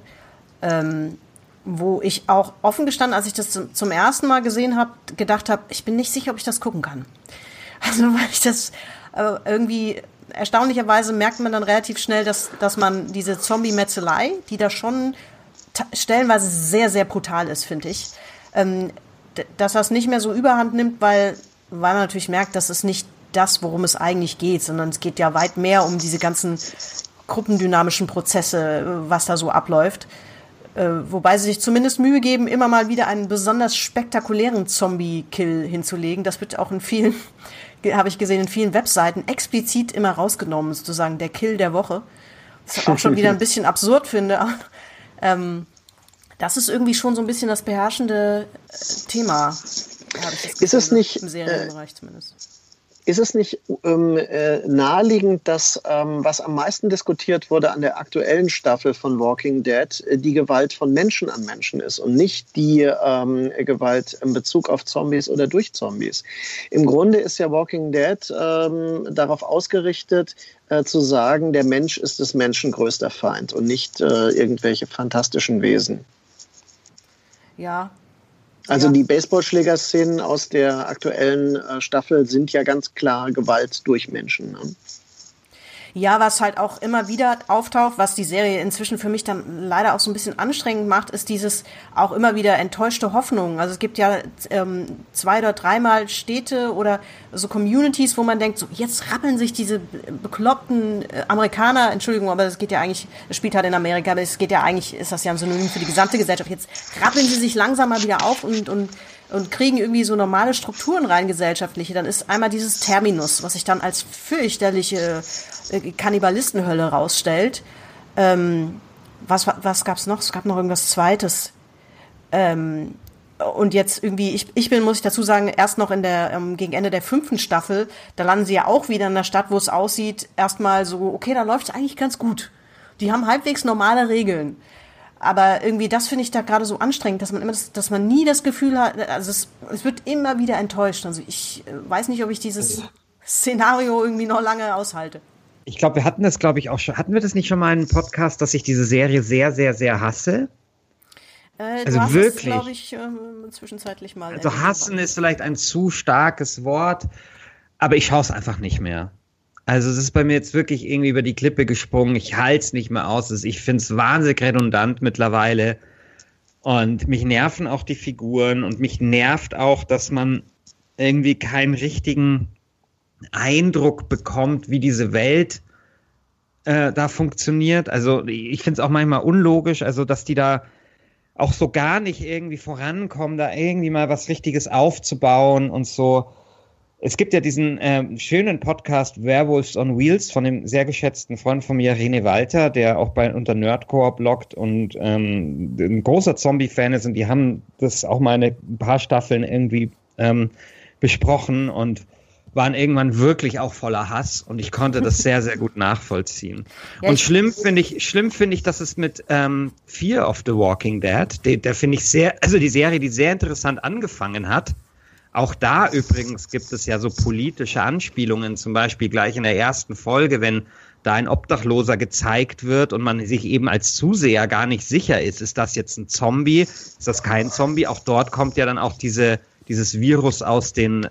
wo ich auch offen gestanden, als ich das zum ersten Mal gesehen habe, gedacht habe, ich bin nicht sicher, ob ich das gucken kann. Also weil ich das irgendwie, erstaunlicherweise merkt man dann relativ schnell, dass man diese Zombie-Metzelei, die da schon stellenweise sehr, sehr brutal ist, finde ich, dass das nicht mehr so überhand nimmt, weil man natürlich merkt, das ist nicht das, worum es eigentlich geht, sondern es geht ja weit mehr um diese ganzen gruppendynamischen Prozesse, was da so abläuft. Wobei sie sich zumindest Mühe geben, immer mal wieder einen besonders spektakulären Zombie-Kill hinzulegen. Das wird auch in vielen, habe ich gesehen, in vielen Webseiten explizit immer rausgenommen, sozusagen der Kill der Woche. Was ich auch schon wieder ein bisschen absurd finde. Das ist irgendwie schon so ein bisschen das beherrschende Thema. Ist es nicht im Serienbereich zumindest? Ist es nicht naheliegend, dass was am meisten diskutiert wurde an der aktuellen Staffel von Walking Dead die Gewalt von Menschen an Menschen ist und nicht die Gewalt in Bezug auf Zombies oder durch Zombies? Im Grunde ist ja Walking Dead darauf ausgerichtet, zu sagen, der Mensch ist des Menschen größter Feind und nicht irgendwelche fantastischen Wesen. Ja. Also die Baseballschlägerszenen aus der aktuellen Staffel sind ja ganz klar Gewalt durch Menschen. Ne? Ja, was halt auch immer wieder auftaucht, was die Serie inzwischen für mich dann leider auch so ein bisschen anstrengend macht, ist dieses auch immer wieder enttäuschte Hoffnung. Also es gibt ja 2 oder 3-mal Städte oder so Communities, wo man denkt, so jetzt rappeln sich diese bekloppten Amerikaner, Entschuldigung, aber das geht ja eigentlich, es spielt halt in Amerika, aber es geht ja eigentlich, ist das ja ein Synonym für die gesamte Gesellschaft. Jetzt rappeln sie sich langsam mal wieder auf und kriegen irgendwie so normale Strukturen rein, gesellschaftliche. Dann ist einmal dieses Terminus, was sich dann als fürchterliche Kannibalistenhölle rausstellt. Was gab's noch? Es gab noch irgendwas Zweites. Und jetzt irgendwie, ich bin, muss ich dazu sagen, erst noch gegen Ende der 5. Staffel, da landen sie ja auch wieder in der Stadt, wo es aussieht, erstmal so, okay, da läuft's eigentlich ganz gut. Die haben halbwegs normale Regeln. Aber irgendwie, das finde ich da gerade so anstrengend, dass man nie das Gefühl hat, also es wird immer wieder enttäuscht. Also ich weiß nicht, ob ich dieses Szenario irgendwie noch lange aushalte. Ich glaube, wir hatten das, auch schon. Hatten wir das nicht schon mal in einem Podcast, dass ich diese Serie sehr, sehr, sehr hasse? Also du hast wirklich, glaube ich, zwischenzeitlich mal. Also hassen ist vielleicht ein zu starkes Wort. Aber ich schaue es einfach nicht mehr. Also es ist bei mir jetzt wirklich irgendwie über die Klippe gesprungen. Ich halte es nicht mehr aus. Ich finde es wahnsinnig redundant mittlerweile. Und mich nerven auch die Figuren. Und mich nervt auch, dass man irgendwie keinen richtigen Eindruck bekommt, wie diese Welt da funktioniert. Also ich finde es auch manchmal unlogisch, also dass die da auch so gar nicht irgendwie vorankommen, da irgendwie mal was Richtiges aufzubauen und so. Es gibt ja diesen schönen Podcast Werewolves on Wheels von dem sehr geschätzten Freund von mir, René Walter, der auch unter Nerdcore bloggt und ein großer Zombie-Fan ist, und die haben das auch mal ein paar Staffeln irgendwie besprochen und waren irgendwann wirklich auch voller Hass, und ich konnte das sehr, sehr gut nachvollziehen. Ja, und schlimm finde ich, dass es mit Fear of the Walking Dead, der finde ich die Serie, die sehr interessant angefangen hat. Auch da übrigens gibt es ja so politische Anspielungen, zum Beispiel gleich in der ersten Folge, wenn da ein Obdachloser gezeigt wird und man sich eben als Zuseher gar nicht sicher ist das jetzt ein Zombie, ist das kein Zombie? Auch dort kommt ja dann auch dieses Virus aus den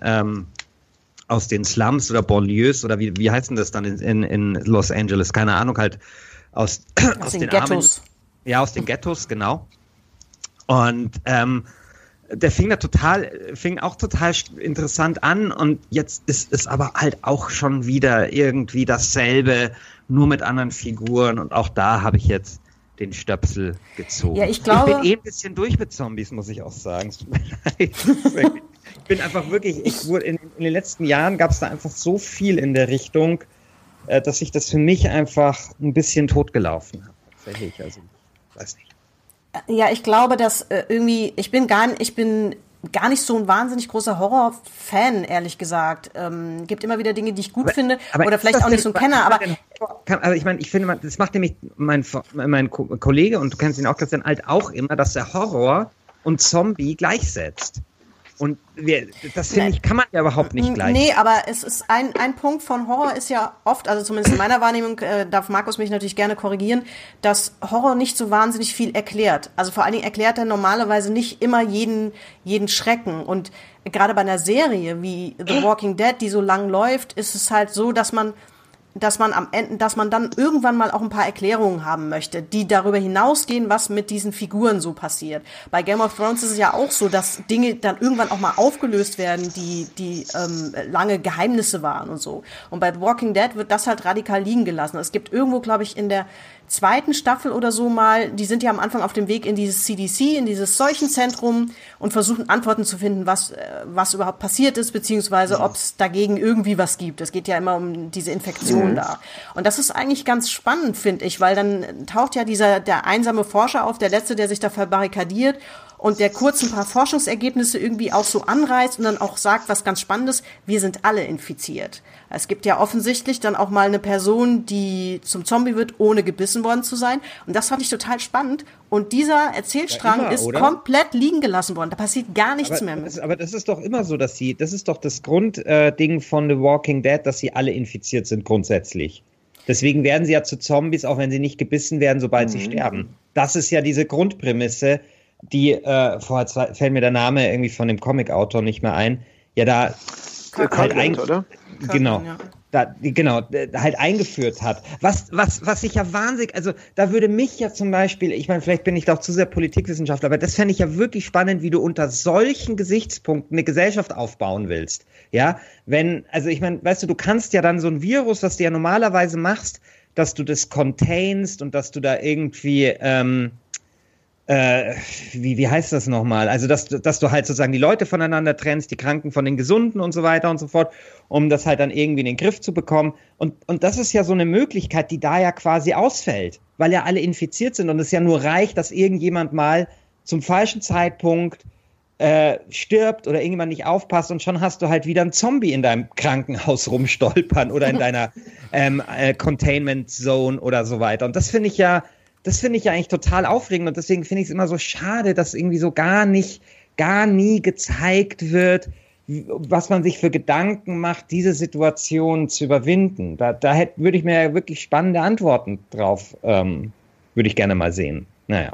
Slums oder Banlieues oder wie heißt denn das dann in Los Angeles? Keine Ahnung, halt aus den Ghettos. Ja, aus den Ghettos, genau. Und der fing auch total interessant an, und jetzt ist es aber halt auch schon wieder irgendwie dasselbe, nur mit anderen Figuren, und auch da habe ich jetzt den Stöpsel gezogen. Ja, ich glaube, ich bin ein bisschen durch mit Zombies, muss ich auch sagen. Es tut mir leid. Ich bin einfach wirklich, in den letzten Jahren gab es da einfach so viel in der Richtung, dass ich das für mich einfach ein bisschen totgelaufen habe. Tatsächlich, also, weiß nicht. Ja, ich glaube, dass ich bin gar nicht so ein wahnsinnig großer Horror-Fan, ehrlich gesagt. Gibt immer wieder Dinge, die ich gut finde, oder vielleicht auch nicht so ein Kenner, aber also ich meine, ich finde, das macht nämlich mein Kollege, und du kennst ihn auch, Christian, halt auch immer, dass der Horror und Zombie gleichsetzt. Und das finde ich, kann man ja überhaupt nicht gleich. Nee, aber es ist ein Punkt von Horror ist ja oft, also zumindest in meiner Wahrnehmung, darf Markus mich natürlich gerne korrigieren, dass Horror nicht so wahnsinnig viel erklärt. Also vor allen Dingen erklärt er normalerweise nicht immer jeden Schrecken. Und gerade bei einer Serie wie The Walking Dead, die so lang läuft, ist es halt so, dass man dann irgendwann mal auch ein paar Erklärungen haben möchte, die darüber hinausgehen, was mit diesen Figuren so passiert. Bei Game of Thrones ist es ja auch so, dass Dinge dann irgendwann auch mal aufgelöst werden, die lange Geheimnisse waren und so. Und bei The Walking Dead wird das halt radikal liegen gelassen. Es gibt irgendwo, glaube ich, in der zweiten Staffel oder so mal, die sind ja am Anfang auf dem Weg in dieses CDC, in dieses Seuchenzentrum, und versuchen Antworten zu finden, was überhaupt passiert ist, beziehungsweise ob es dagegen irgendwie was gibt. Es geht ja immer um diese Infektion da. Und das ist eigentlich ganz spannend, finde ich, weil dann taucht ja der einsame Forscher auf, der Letzte, der sich da verbarrikadiert und der kurz ein paar Forschungsergebnisse irgendwie auch so anreißt und dann auch sagt, was ganz Spannendes: wir sind alle infiziert. Es gibt ja offensichtlich dann auch mal eine Person, die zum Zombie wird, ohne gebissen worden zu sein. Und das fand ich total spannend. Und dieser Erzählstrang ist komplett liegen gelassen worden. Da passiert gar nichts mehr mit. Aber das ist doch immer so, das ist doch das Grundding von The Walking Dead, dass sie alle infiziert sind grundsätzlich. Deswegen werden sie ja zu Zombies, auch wenn sie nicht gebissen werden, sobald sie sterben. Das ist ja diese Grundprämisse, die, vorher fällt mir der Name irgendwie von dem Comic-Autor nicht mehr ein, ja da halt oder? Genau. Halt eingeführt hat. Was ich ja wahnsinnig, also da würde mich ja zum Beispiel, ich meine, vielleicht bin ich doch zu sehr Politikwissenschaftler, aber das fände ich ja wirklich spannend, wie du unter solchen Gesichtspunkten eine Gesellschaft aufbauen willst. Ja, also ich meine, weißt du, du kannst ja dann so ein Virus, was du ja normalerweise machst, dass du das containst und dass du da irgendwie, wie heißt das nochmal? Also, dass du halt sozusagen die Leute voneinander trennst, die Kranken von den Gesunden und so weiter und so fort, um das halt dann irgendwie in den Griff zu bekommen. Und das ist ja so eine Möglichkeit, die da ja quasi ausfällt, weil ja alle infiziert sind und es ja nur reicht, dass irgendjemand mal zum falschen Zeitpunkt stirbt oder irgendjemand nicht aufpasst, und schon hast du halt wieder einen Zombie in deinem Krankenhaus rumstolpern oder in deiner Containment Zone oder so weiter. Und das finde ich ja eigentlich total aufregend, und deswegen finde ich es immer so schade, dass irgendwie so gar nie gezeigt wird, was man sich für Gedanken macht, diese Situation zu überwinden. Da würde ich mir ja wirklich spannende Antworten drauf, würde ich gerne mal sehen. Naja.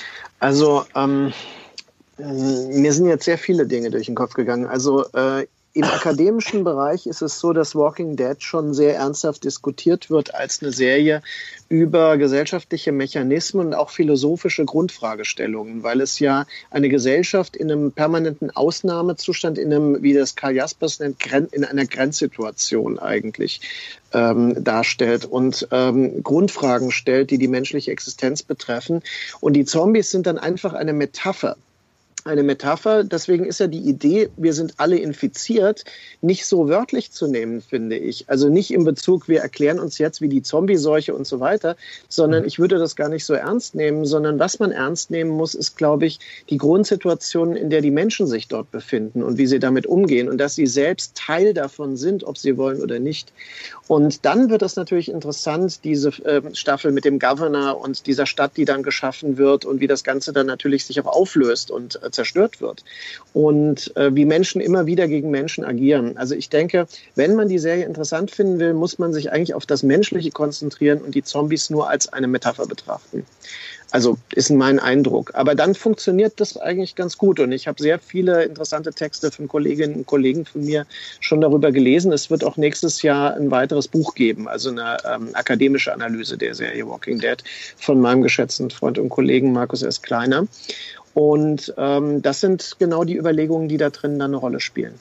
Also, mir sind jetzt sehr viele Dinge durch den Kopf gegangen. Also, im akademischen Bereich ist es so, dass Walking Dead schon sehr ernsthaft diskutiert wird als eine Serie über gesellschaftliche Mechanismen und auch philosophische Grundfragestellungen, weil es ja eine Gesellschaft in einem permanenten Ausnahmezustand, in einem, wie das Karl Jaspers nennt, in einer Grenzsituation eigentlich darstellt und Grundfragen stellt, die die menschliche Existenz betreffen. Und die Zombies sind dann einfach eine Metapher. Eine Metapher, deswegen ist ja die Idee, wir sind alle infiziert, nicht so wörtlich zu nehmen, finde ich. Also nicht in Bezug, wir erklären uns jetzt wie die Zombie-Seuche und so weiter, sondern ich würde das gar nicht so ernst nehmen, sondern was man ernst nehmen muss, ist, glaube ich, die Grundsituation, in der die Menschen sich dort befinden und wie sie damit umgehen und dass sie selbst Teil davon sind, ob sie wollen oder nicht. Und dann wird es natürlich interessant, diese Staffel mit dem Governor und dieser Stadt, die dann geschaffen wird und wie das Ganze dann natürlich sich auch auflöst und zerstört wird und wie Menschen immer wieder gegen Menschen agieren. Also ich denke, wenn man die Serie interessant finden will, muss man sich eigentlich auf das Menschliche konzentrieren und die Zombies nur als eine Metapher betrachten. Also ist mein Eindruck. Aber dann funktioniert das eigentlich ganz gut. Und ich habe sehr viele interessante Texte von Kolleginnen und Kollegen von mir schon darüber gelesen. Es wird auch nächstes Jahr ein weiteres Buch geben, also eine akademische Analyse der Serie Walking Dead von meinem geschätzten Freund und Kollegen Markus S. Kleiner. Und das sind genau die Überlegungen, die da drin dann eine Rolle spielen.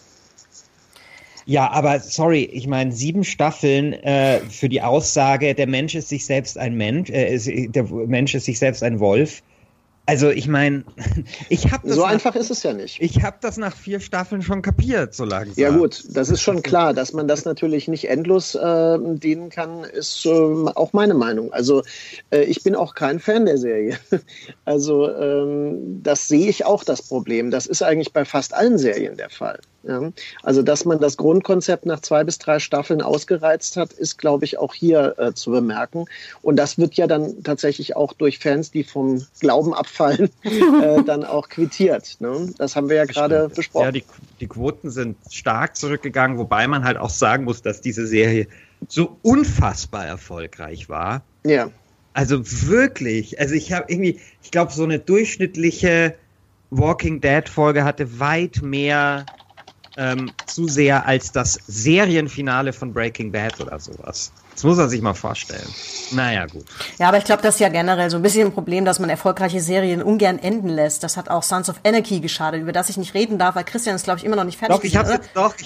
Ja, aber sorry, ich meine 7 Staffeln für die Aussage, der Mensch ist sich selbst ein Mensch, der Mensch ist sich selbst ein Wolf. Also ich meine, ich habe das... So einfach ist es ja nicht. Ich habe das nach 4 Staffeln schon kapiert, so langsam. Ja gut, das ist schon klar, dass man das natürlich nicht endlos dienen kann, ist auch meine Meinung. Also ich bin auch kein Fan der Serie. Also das sehe ich auch, das Problem. Das ist eigentlich bei fast allen Serien der Fall. Ja? Also dass man das Grundkonzept nach 2 bis 3 Staffeln ausgereizt hat, ist, glaube ich, auch hier zu bemerken. Und das wird ja dann tatsächlich auch durch Fans, die vom Glauben abfallen, dann auch quittiert. Ne? Das haben wir ja gerade besprochen. Ja, die Quoten sind stark zurückgegangen, wobei man halt auch sagen muss, dass diese Serie so unfassbar erfolgreich war. Ja. Also wirklich, also ich glaube, so eine durchschnittliche Walking Dead Folge hatte weit mehr Zuseher als das Serienfinale von Breaking Bad oder sowas. Das muss man sich mal vorstellen. Naja, gut. Ja, aber ich glaube, das ist ja generell so ein bisschen ein Problem, dass man erfolgreiche Serien ungern enden lässt. Das hat auch Sons of Anarchy geschadet, über das ich nicht reden darf, weil Christian ist, glaube ich, immer noch nicht fertig. Doch,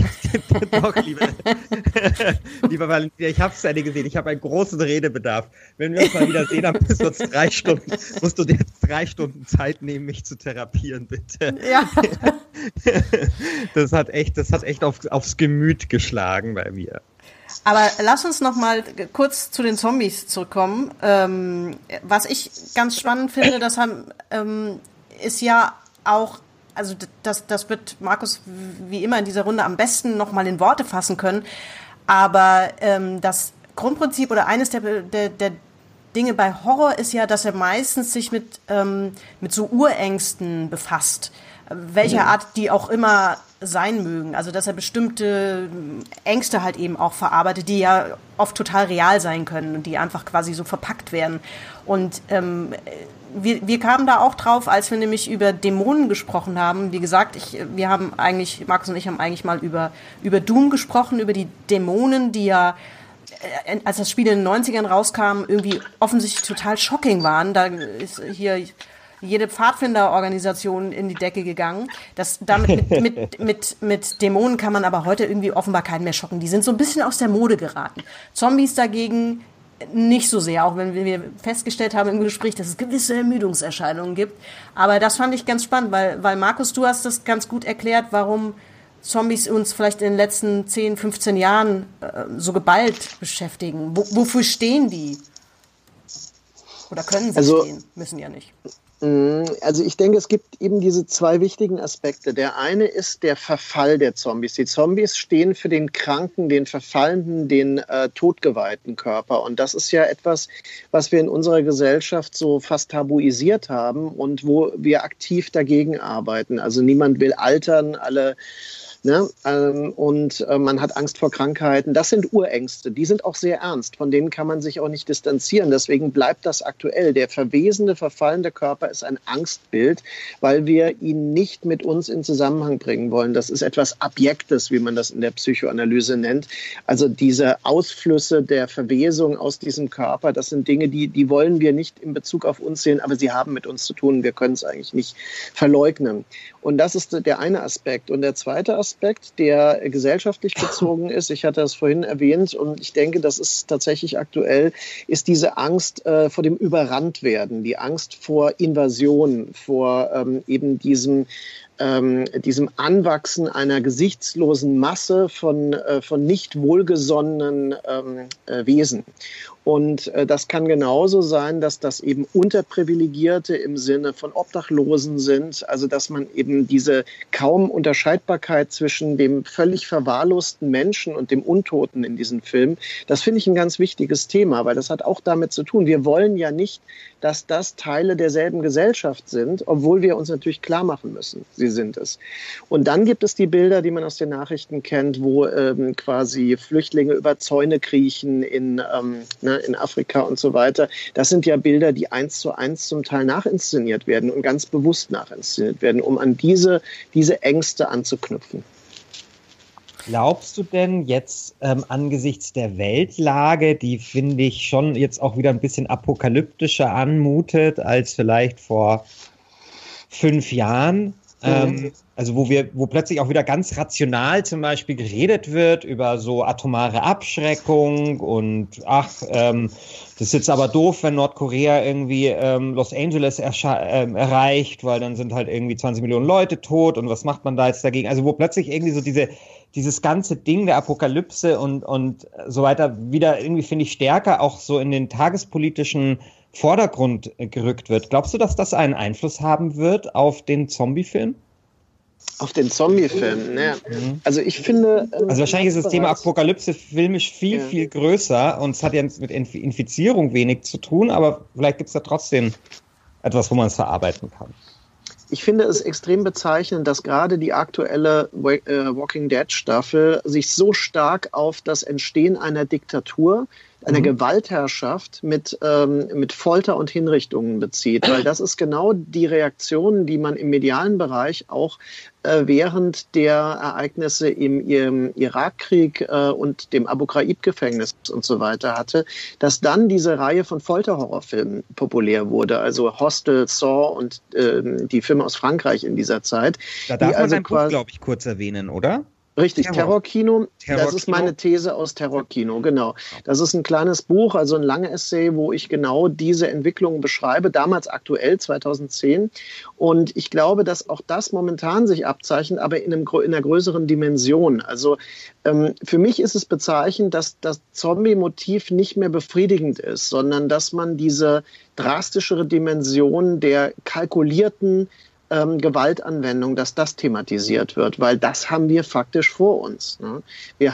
lieber Valentina, ich habe es ja gesehen. Ich habe einen großen Redebedarf. Wenn wir uns mal wieder sehen, dann musst du dir jetzt 3 Stunden Zeit nehmen, mich zu therapieren, bitte. Ja. Das hat echt aufs Gemüt geschlagen bei mir. Aber lass uns noch mal kurz zu den Zombies zurückkommen. Was ich ganz spannend finde, ist ja auch, also das wird Markus wie immer in dieser Runde am besten noch mal in Worte fassen können. Aber das Grundprinzip oder eines der Dinge bei Horror ist ja, dass er meistens sich mit so Urängsten befasst. Welcher Art die auch immer sein mögen. Also dass er bestimmte Ängste halt eben auch verarbeitet, die ja oft total real sein können und die einfach quasi so verpackt werden. Und wir kamen da auch drauf, als wir nämlich über Dämonen gesprochen haben. Wie gesagt, Markus und ich haben eigentlich mal über Doom gesprochen, über die Dämonen, die ja als das Spiel in den 90ern rauskam, irgendwie offensichtlich total shocking waren. Da ist hier jede Pfadfinderorganisation in die Decke gegangen. Mit Dämonen kann man aber heute irgendwie offenbar keinen mehr schocken. Die sind so ein bisschen aus der Mode geraten. Zombies dagegen nicht so sehr, auch wenn wir festgestellt haben im Gespräch, dass es gewisse Ermüdungserscheinungen gibt. Aber das fand ich ganz spannend, weil Markus, du hast das ganz gut erklärt, warum Zombies uns vielleicht in den letzten 10, 15 Jahren so geballt beschäftigen. Wofür stehen die? Oder können sie stehen? Müssen ja nicht. Also ich denke, es gibt eben diese 2 wichtigen Aspekte. Der eine ist der Verfall der Zombies. Die Zombies stehen für den kranken, den verfallenden, den totgeweihten Körper. Und das ist ja etwas, was wir in unserer Gesellschaft so fast tabuisiert haben und wo wir aktiv dagegen arbeiten. Also niemand will altern, alle Ne? Und man hat Angst vor Krankheiten. Das sind Urängste. Die sind auch sehr ernst. Von denen kann man sich auch nicht distanzieren. Deswegen bleibt das aktuell. Der verwesende, verfallende Körper ist ein Angstbild, weil wir ihn nicht mit uns in Zusammenhang bringen wollen. Das ist etwas Abjektes, wie man das in der Psychoanalyse nennt. Also diese Ausflüsse der Verwesung aus diesem Körper, das sind Dinge, die wollen wir nicht in Bezug auf uns sehen, aber sie haben mit uns zu tun. Wir können es eigentlich nicht verleugnen. Und das ist der eine Aspekt. Und der zweite Aspekt, der gesellschaftlich bezogen ist, ich hatte das vorhin erwähnt und ich denke, das ist tatsächlich aktuell, ist diese Angst vor dem Überranntwerden, die Angst vor Invasion, vor eben diesem Anwachsen einer gesichtslosen Masse von nicht wohlgesonnenen Wesen. Und das kann genauso sein, dass das eben Unterprivilegierte im Sinne von Obdachlosen sind, also dass man eben diese kaum Unterscheidbarkeit zwischen dem völlig verwahrlosten Menschen und dem Untoten in diesem Film, das finde ich ein ganz wichtiges Thema, weil das hat auch damit zu tun. Wir wollen ja nicht, dass das Teile derselben Gesellschaft sind, obwohl wir uns natürlich klar machen müssen, sie sind es. Und dann gibt es die Bilder, die man aus den Nachrichten kennt, wo quasi Flüchtlinge über Zäune kriechen in Afrika und so weiter. Das sind ja Bilder, die 1:1 zum Teil nachinszeniert werden und ganz bewusst nachinszeniert werden, um an diese Ängste anzuknüpfen. Glaubst du denn jetzt angesichts der Weltlage, die finde ich schon jetzt auch wieder ein bisschen apokalyptischer anmutet als vielleicht vor 5 Jahren, also wo plötzlich auch wieder ganz rational zum Beispiel geredet wird über so atomare Abschreckung und das ist jetzt aber doof, wenn Nordkorea irgendwie Los Angeles erreicht, weil dann sind halt irgendwie 20 Millionen Leute tot und was macht man da jetzt dagegen? Also wo plötzlich irgendwie so dieses ganze Ding der Apokalypse und so weiter wieder irgendwie, finde ich, stärker auch so in den tagespolitischen Vordergrund gerückt wird. Glaubst du, dass das einen Einfluss haben wird auf den Zombie-Film? Auf den Zombie-Film, ne? Also ich finde... Also wahrscheinlich ist das Thema Apokalypse filmisch viel größer und es hat ja mit Infizierung wenig zu tun, aber vielleicht gibt es da trotzdem etwas, wo man es verarbeiten kann. Ich finde es extrem bezeichnend, dass gerade die aktuelle Walking Dead Staffel sich so stark auf das Entstehen einer Diktatur, einer Gewaltherrschaft mit Folter und Hinrichtungen bezieht. Weil das ist genau die Reaktion, die man im medialen Bereich auch während der Ereignisse im Irakkrieg und dem Abu Ghraib-Gefängnis und so weiter hatte, dass dann diese Reihe von Folterhorrorfilmen populär wurde. Also Hostel, Saw und die Filme aus Frankreich in dieser Zeit. Da darf man ein Buch, glaube ich, kurz erwähnen, oder? Richtig, Terrorkino, das ist meine These aus Terrorkino, genau. Das ist ein kleines Buch, also ein langer Essay, wo ich genau diese Entwicklungen beschreibe, damals aktuell, 2010. Und ich glaube, dass auch das momentan sich abzeichnet, aber in einer größeren Dimension. Also für mich ist es bezeichnend, dass das Zombie-Motiv nicht mehr befriedigend ist, sondern dass man diese drastischere Dimension der kalkulierten Gewaltanwendung, dass das thematisiert wird, weil das haben wir faktisch vor uns. Ne? Wir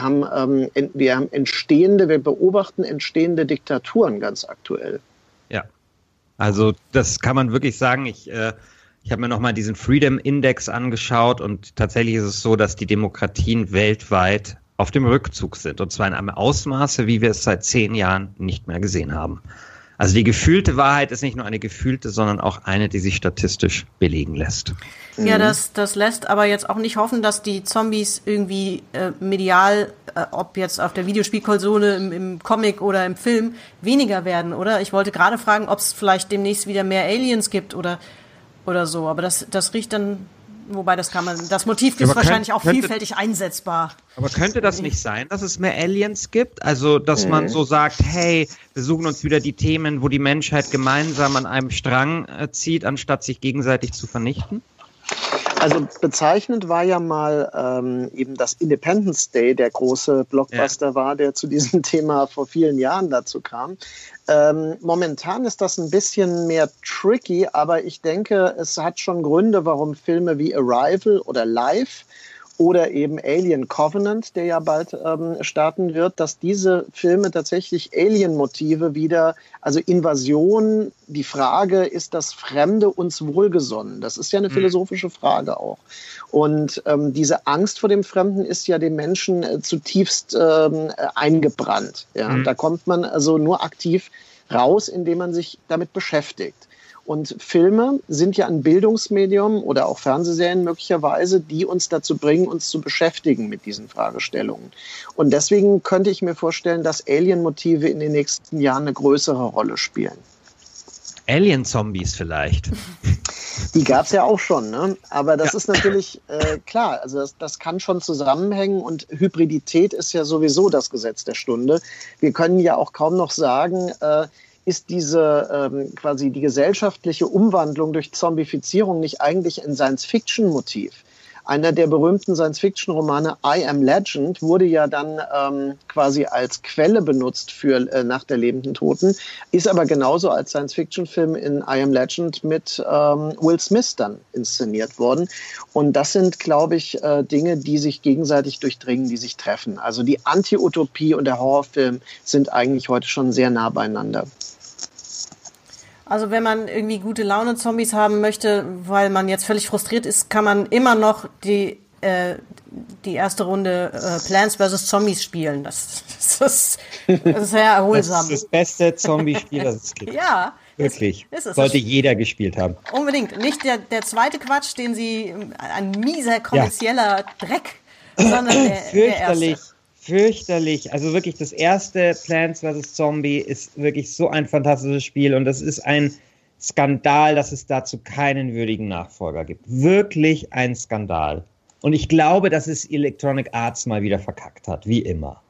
beobachten entstehende Diktaturen ganz aktuell. Ja, also das kann man wirklich sagen. Ich habe mir nochmal diesen Freedom Index angeschaut und tatsächlich ist es so, dass die Demokratien weltweit auf dem Rückzug sind und zwar in einem Ausmaße, wie wir es seit 10 Jahren nicht mehr gesehen haben. Also die gefühlte Wahrheit ist nicht nur eine gefühlte, sondern auch eine, die sich statistisch belegen lässt. Ja, das lässt aber jetzt auch nicht hoffen, dass die Zombies irgendwie medial, ob jetzt auf der Videospielkonsole, im Comic oder im Film, weniger werden, oder? Ich wollte gerade fragen, ob es vielleicht demnächst wieder mehr Aliens gibt oder so. Aber das riecht dann... Wobei, das Motiv ist wahrscheinlich auch vielfältig einsetzbar. Aber könnte das nicht sein, dass es mehr Aliens gibt? Also, dass man so sagt, hey, wir suchen uns wieder die Themen, wo die Menschheit gemeinsam an einem Strang zieht, anstatt sich gegenseitig zu vernichten? Also bezeichnend war ja mal eben das Independence Day, der große Blockbuster war, der zu diesem Thema vor vielen Jahren dazu kam. Momentan ist das ein bisschen mehr tricky, aber ich denke, es hat schon Gründe, warum Filme wie Arrival oder Life oder eben Alien Covenant, der ja bald starten wird, dass diese Filme tatsächlich Alien-Motive wieder, also Invasion, die Frage, ist das Fremde uns wohlgesonnen? Das ist ja eine philosophische Frage auch. Und diese Angst vor dem Fremden ist ja dem Menschen zutiefst eingebrannt. Ja? Da kommt man also nur aktiv raus, indem man sich damit beschäftigt. Und Filme sind ja ein Bildungsmedium oder auch Fernsehserien möglicherweise, die uns dazu bringen, uns zu beschäftigen mit diesen Fragestellungen. Und deswegen könnte ich mir vorstellen, dass Alien-Motive in den nächsten Jahren eine größere Rolle spielen. Alien-Zombies vielleicht. Die gab es ja auch schon, ne? Aber das ist natürlich klar, also das kann schon zusammenhängen und Hybridität ist ja sowieso das Gesetz der Stunde. Wir können ja auch kaum noch sagen, ist diese quasi die gesellschaftliche Umwandlung durch Zombifizierung nicht eigentlich ein Science-Fiction-Motiv? Einer der berühmten Science-Fiction-Romane I Am Legend wurde ja dann quasi als Quelle benutzt für Nacht der lebenden Toten, ist aber genauso als Science-Fiction-Film in I Am Legend mit Will Smith dann inszeniert worden. Und das sind, glaube ich, Dinge, die sich gegenseitig durchdringen, die sich treffen. Also die Anti-Utopie und der Horrorfilm sind eigentlich heute schon sehr nah beieinander. Also wenn man irgendwie gute Laune-Zombies haben möchte, weil man jetzt völlig frustriert ist, kann man immer noch die erste Runde Plants vs. Zombies spielen. Das ist sehr erholsam. Das ist das beste Zombie-Spiel, das es gibt. Ja. Wirklich. Sollte jeder gespielt haben. Unbedingt. Nicht der zweite Quatsch, den sie, ein mieser kommerzieller Dreck, sondern der erste. Fürchterlich. Also wirklich das erste Plants vs. Zombie ist wirklich so ein fantastisches Spiel und das ist ein Skandal, dass es dazu keinen würdigen Nachfolger gibt. Wirklich ein Skandal. Und ich glaube, dass es Electronic Arts mal wieder verkackt hat, wie immer.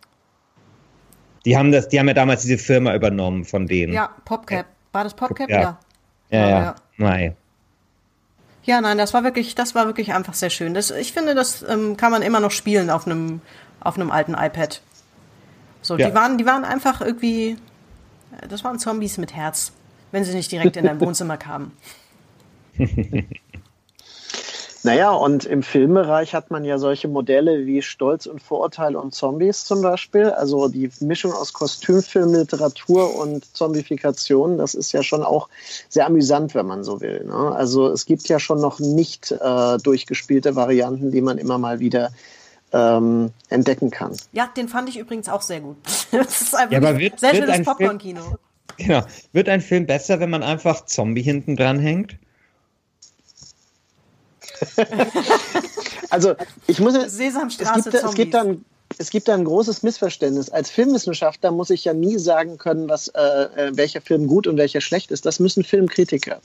Die haben ja damals diese Firma übernommen von denen. Ja, PopCap. War das PopCap? Ja. Ja. Nein. Ja, nein, das war wirklich einfach sehr schön. Ich finde, das kann man immer noch spielen auf einem alten iPad. So, ja. Die waren einfach irgendwie, das waren Zombies mit Herz, wenn sie nicht direkt in dein Wohnzimmer kamen. Naja, und im Filmbereich hat man ja solche Modelle wie Stolz und Vorurteil und Zombies zum Beispiel. Also die Mischung aus Kostümfilm, Literatur und Zombifikation, das ist ja schon auch sehr amüsant, wenn man so will. Ne? Also es gibt ja schon noch nicht durchgespielte Varianten, die man immer mal wieder entdecken kann. Ja, den fand ich übrigens auch sehr gut. Das ist einfach aber sehr schönes Popcorn-Kino. Genau. Wird ein Film besser, wenn man einfach Zombie hinten dran hängt? Also, ich muss Sesamstraße es gibt da ein großes Missverständnis. Als Filmwissenschaftler muss ich ja nie sagen können, welcher Film gut und welcher schlecht ist. Das müssen Filmkritiker.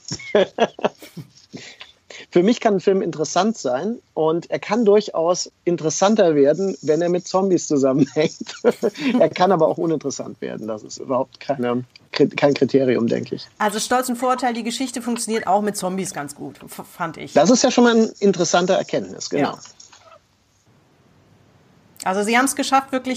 Für mich kann ein Film interessant sein und er kann durchaus interessanter werden, wenn er mit Zombies zusammenhängt. Er kann aber auch uninteressant werden. Das ist überhaupt kein Kriterium, denke ich. Also Stolz und Vorurteil, die Geschichte funktioniert auch mit Zombies ganz gut, fand ich. Das ist ja schon mal eine interessante Erkenntnis, genau. Ja. Also sie haben es geschafft, wirklich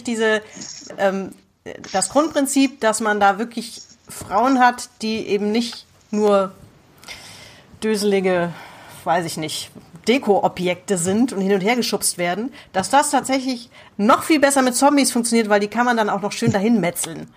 das Grundprinzip, dass man da wirklich Frauen hat, die eben nicht nur döselige, weiß ich nicht, Deko-Objekte sind und hin und her geschubst werden, dass das tatsächlich noch viel besser mit Zombies funktioniert, weil die kann man dann auch noch schön dahin metzeln.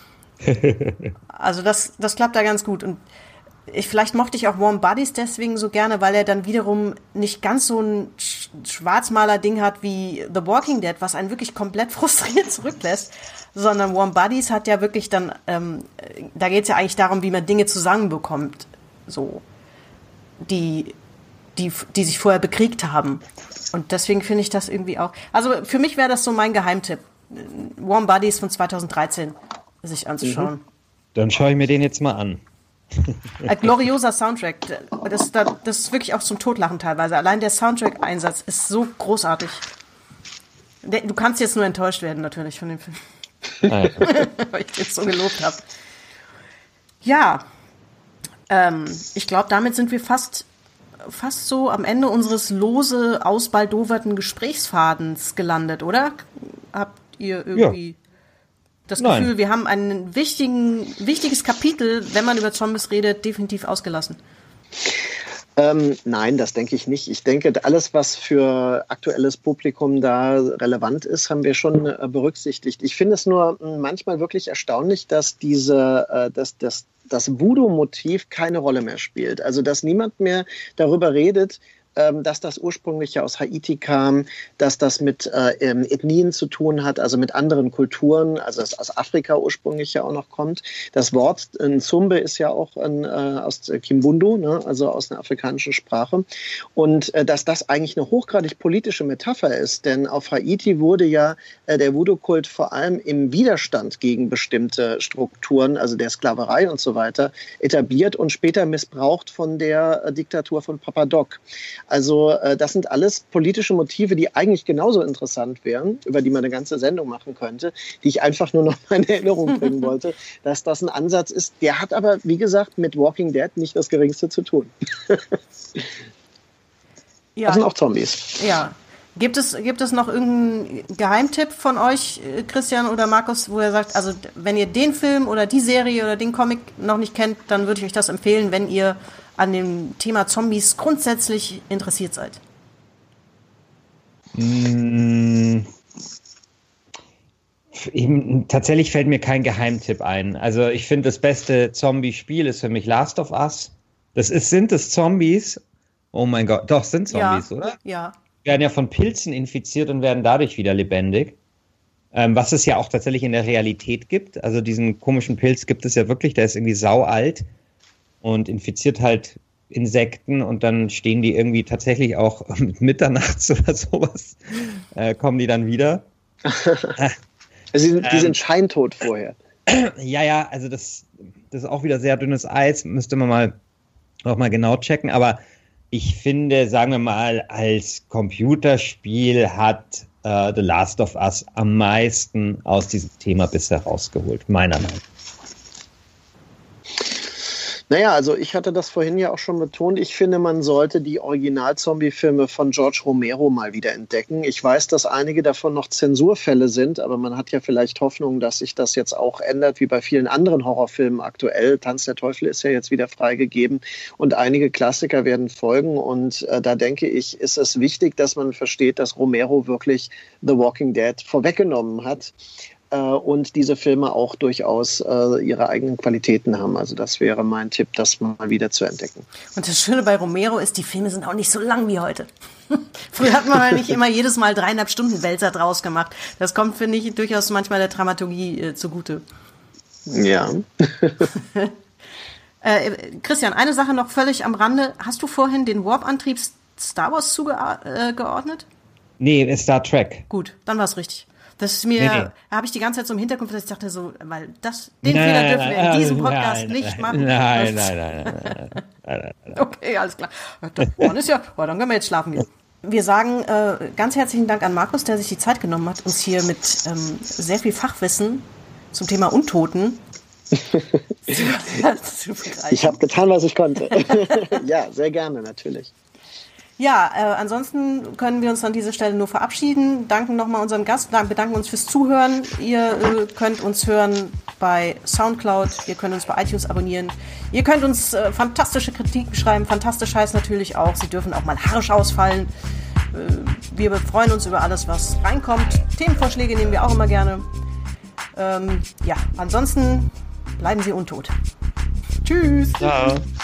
Also das klappt da ganz gut. Und vielleicht mochte ich auch Warm Bodies deswegen so gerne, weil er dann wiederum nicht ganz so ein Schwarzmaler-Ding hat wie The Walking Dead, was einen wirklich komplett frustriert zurücklässt, sondern Warm Bodies hat ja wirklich dann, da geht es ja eigentlich darum, wie man Dinge zusammenbekommt, so, die sich vorher bekriegt haben. Und deswegen finde ich das irgendwie auch, also für mich wäre das so mein Geheimtipp, Warm Bodies von 2013 sich anzuschauen. Dann schaue ich mir den jetzt mal an. Ein glorioser Soundtrack. Das ist wirklich auch zum Totlachen teilweise. Allein der Soundtrack-Einsatz ist so großartig. Du kannst jetzt nur enttäuscht werden, natürlich, von dem Film. Weil ich den so gelobt habe. Ja, ich glaube, damit sind wir fast so am Ende unseres lose ausbaldoverten Gesprächsfadens gelandet, oder? Habt ihr irgendwie das Gefühl, wir haben ein wichtiges Kapitel, wenn man über Zombies redet, definitiv ausgelassen? Nein, das denke ich nicht. Ich denke, alles, was für aktuelles Publikum da relevant ist, haben wir schon berücksichtigt. Ich finde es nur manchmal wirklich erstaunlich, dass das Voodoo-Motiv keine Rolle mehr spielt. Also, dass niemand mehr darüber redet, dass das ursprünglich ja aus Haiti kam, dass das mit Ethnien zu tun hat, also mit anderen Kulturen, also das aus Afrika ursprünglich ja auch noch kommt. Das Wort Nzumbe ist ja auch aus Kimbundu, ne, also aus einer afrikanischen Sprache. Und dass das eigentlich eine hochgradig politische Metapher ist, denn auf Haiti wurde ja der Voodoo-Kult vor allem im Widerstand gegen bestimmte Strukturen, also der Sklaverei und so weiter, etabliert und später missbraucht von der Diktatur von Papa Doc. Also das sind alles politische Motive, die eigentlich genauso interessant wären, über die man eine ganze Sendung machen könnte, die ich einfach nur noch mal in Erinnerung bringen wollte, dass das ein Ansatz ist. Der hat aber, wie gesagt, mit Walking Dead nicht das Geringste zu tun. Ja. Das sind auch Zombies. Ja. Gibt es noch irgendeinen Geheimtipp von euch, Christian oder Markus, wo ihr sagt, also wenn ihr den Film oder die Serie oder den Comic noch nicht kennt, dann würde ich euch das empfehlen, wenn ihr an dem Thema Zombies grundsätzlich interessiert seid? Tatsächlich fällt mir kein Geheimtipp ein. Also ich finde, das beste Zombie-Spiel ist für mich Last of Us. Sind es Zombies? Oh mein Gott, doch, sind Zombies, oder? Ja. Die werden ja von Pilzen infiziert und werden dadurch wieder lebendig. Was es ja auch tatsächlich in der Realität gibt. Also diesen komischen Pilz gibt es ja wirklich, der ist irgendwie saualt und infiziert halt Insekten und dann stehen die irgendwie tatsächlich auch mit mitternachts oder sowas, kommen die dann wieder. Also die sind scheintot vorher. Ja, also das ist auch wieder sehr dünnes Eis, müsste man auch mal genau checken, aber ich finde, sagen wir mal, als Computerspiel hat The Last of Us am meisten aus diesem Thema bisher rausgeholt, meiner Meinung nach. Naja, also ich hatte das vorhin ja auch schon betont. Ich finde, man sollte die Original-Zombie-Filme von George Romero mal wieder entdecken. Ich weiß, dass einige davon noch Zensurfälle sind, aber man hat ja vielleicht Hoffnung, dass sich das jetzt auch ändert, wie bei vielen anderen Horrorfilmen aktuell. Tanz der Teufel ist ja jetzt wieder freigegeben und einige Klassiker werden folgen. Und da denke ich, ist es wichtig, dass man versteht, dass Romero wirklich The Walking Dead vorweggenommen hat. Und diese Filme auch durchaus ihre eigenen Qualitäten haben. Also das wäre mein Tipp, das mal wieder zu entdecken. Und das Schöne bei Romero ist, die Filme sind auch nicht so lang wie heute. Früher hat man ja nicht immer jedes Mal 3,5 Stunden Wälzer draus gemacht. Das kommt, finde ich, durchaus manchmal der Dramaturgie zugute. Ja. Christian, eine Sache noch völlig am Rande. Hast du vorhin den Warp-Antrieb Star Wars zugeordnet? Nee, Star Trek. Gut, dann war es richtig. Das ist mir, habe ich die ganze Zeit so im Hintergrund, dass ich dachte so, weil den Fehler dürfen wir in diesem Podcast nicht machen. Nein. Okay, alles klar. Dann ist ja, dann können wir jetzt schlafen gehen. Wir sagen ganz herzlichen Dank an Markus, der sich die Zeit genommen hat, uns hier mit sehr viel Fachwissen zum Thema Untoten zu begreifen. Ich habe getan, was ich konnte. Ja, sehr gerne, natürlich. Ja, ansonsten können wir uns an dieser Stelle nur verabschieden. Danken nochmal unserem Gast, bedanken uns fürs Zuhören. Ihr könnt uns hören bei Soundcloud, ihr könnt uns bei iTunes abonnieren. Ihr könnt uns fantastische Kritiken schreiben. Fantastisch heißt natürlich auch, sie dürfen auch mal harsch ausfallen. Wir freuen uns über alles, was reinkommt. Themenvorschläge nehmen wir auch immer gerne. Ja, ansonsten bleiben Sie untot. Tschüss. Ciao.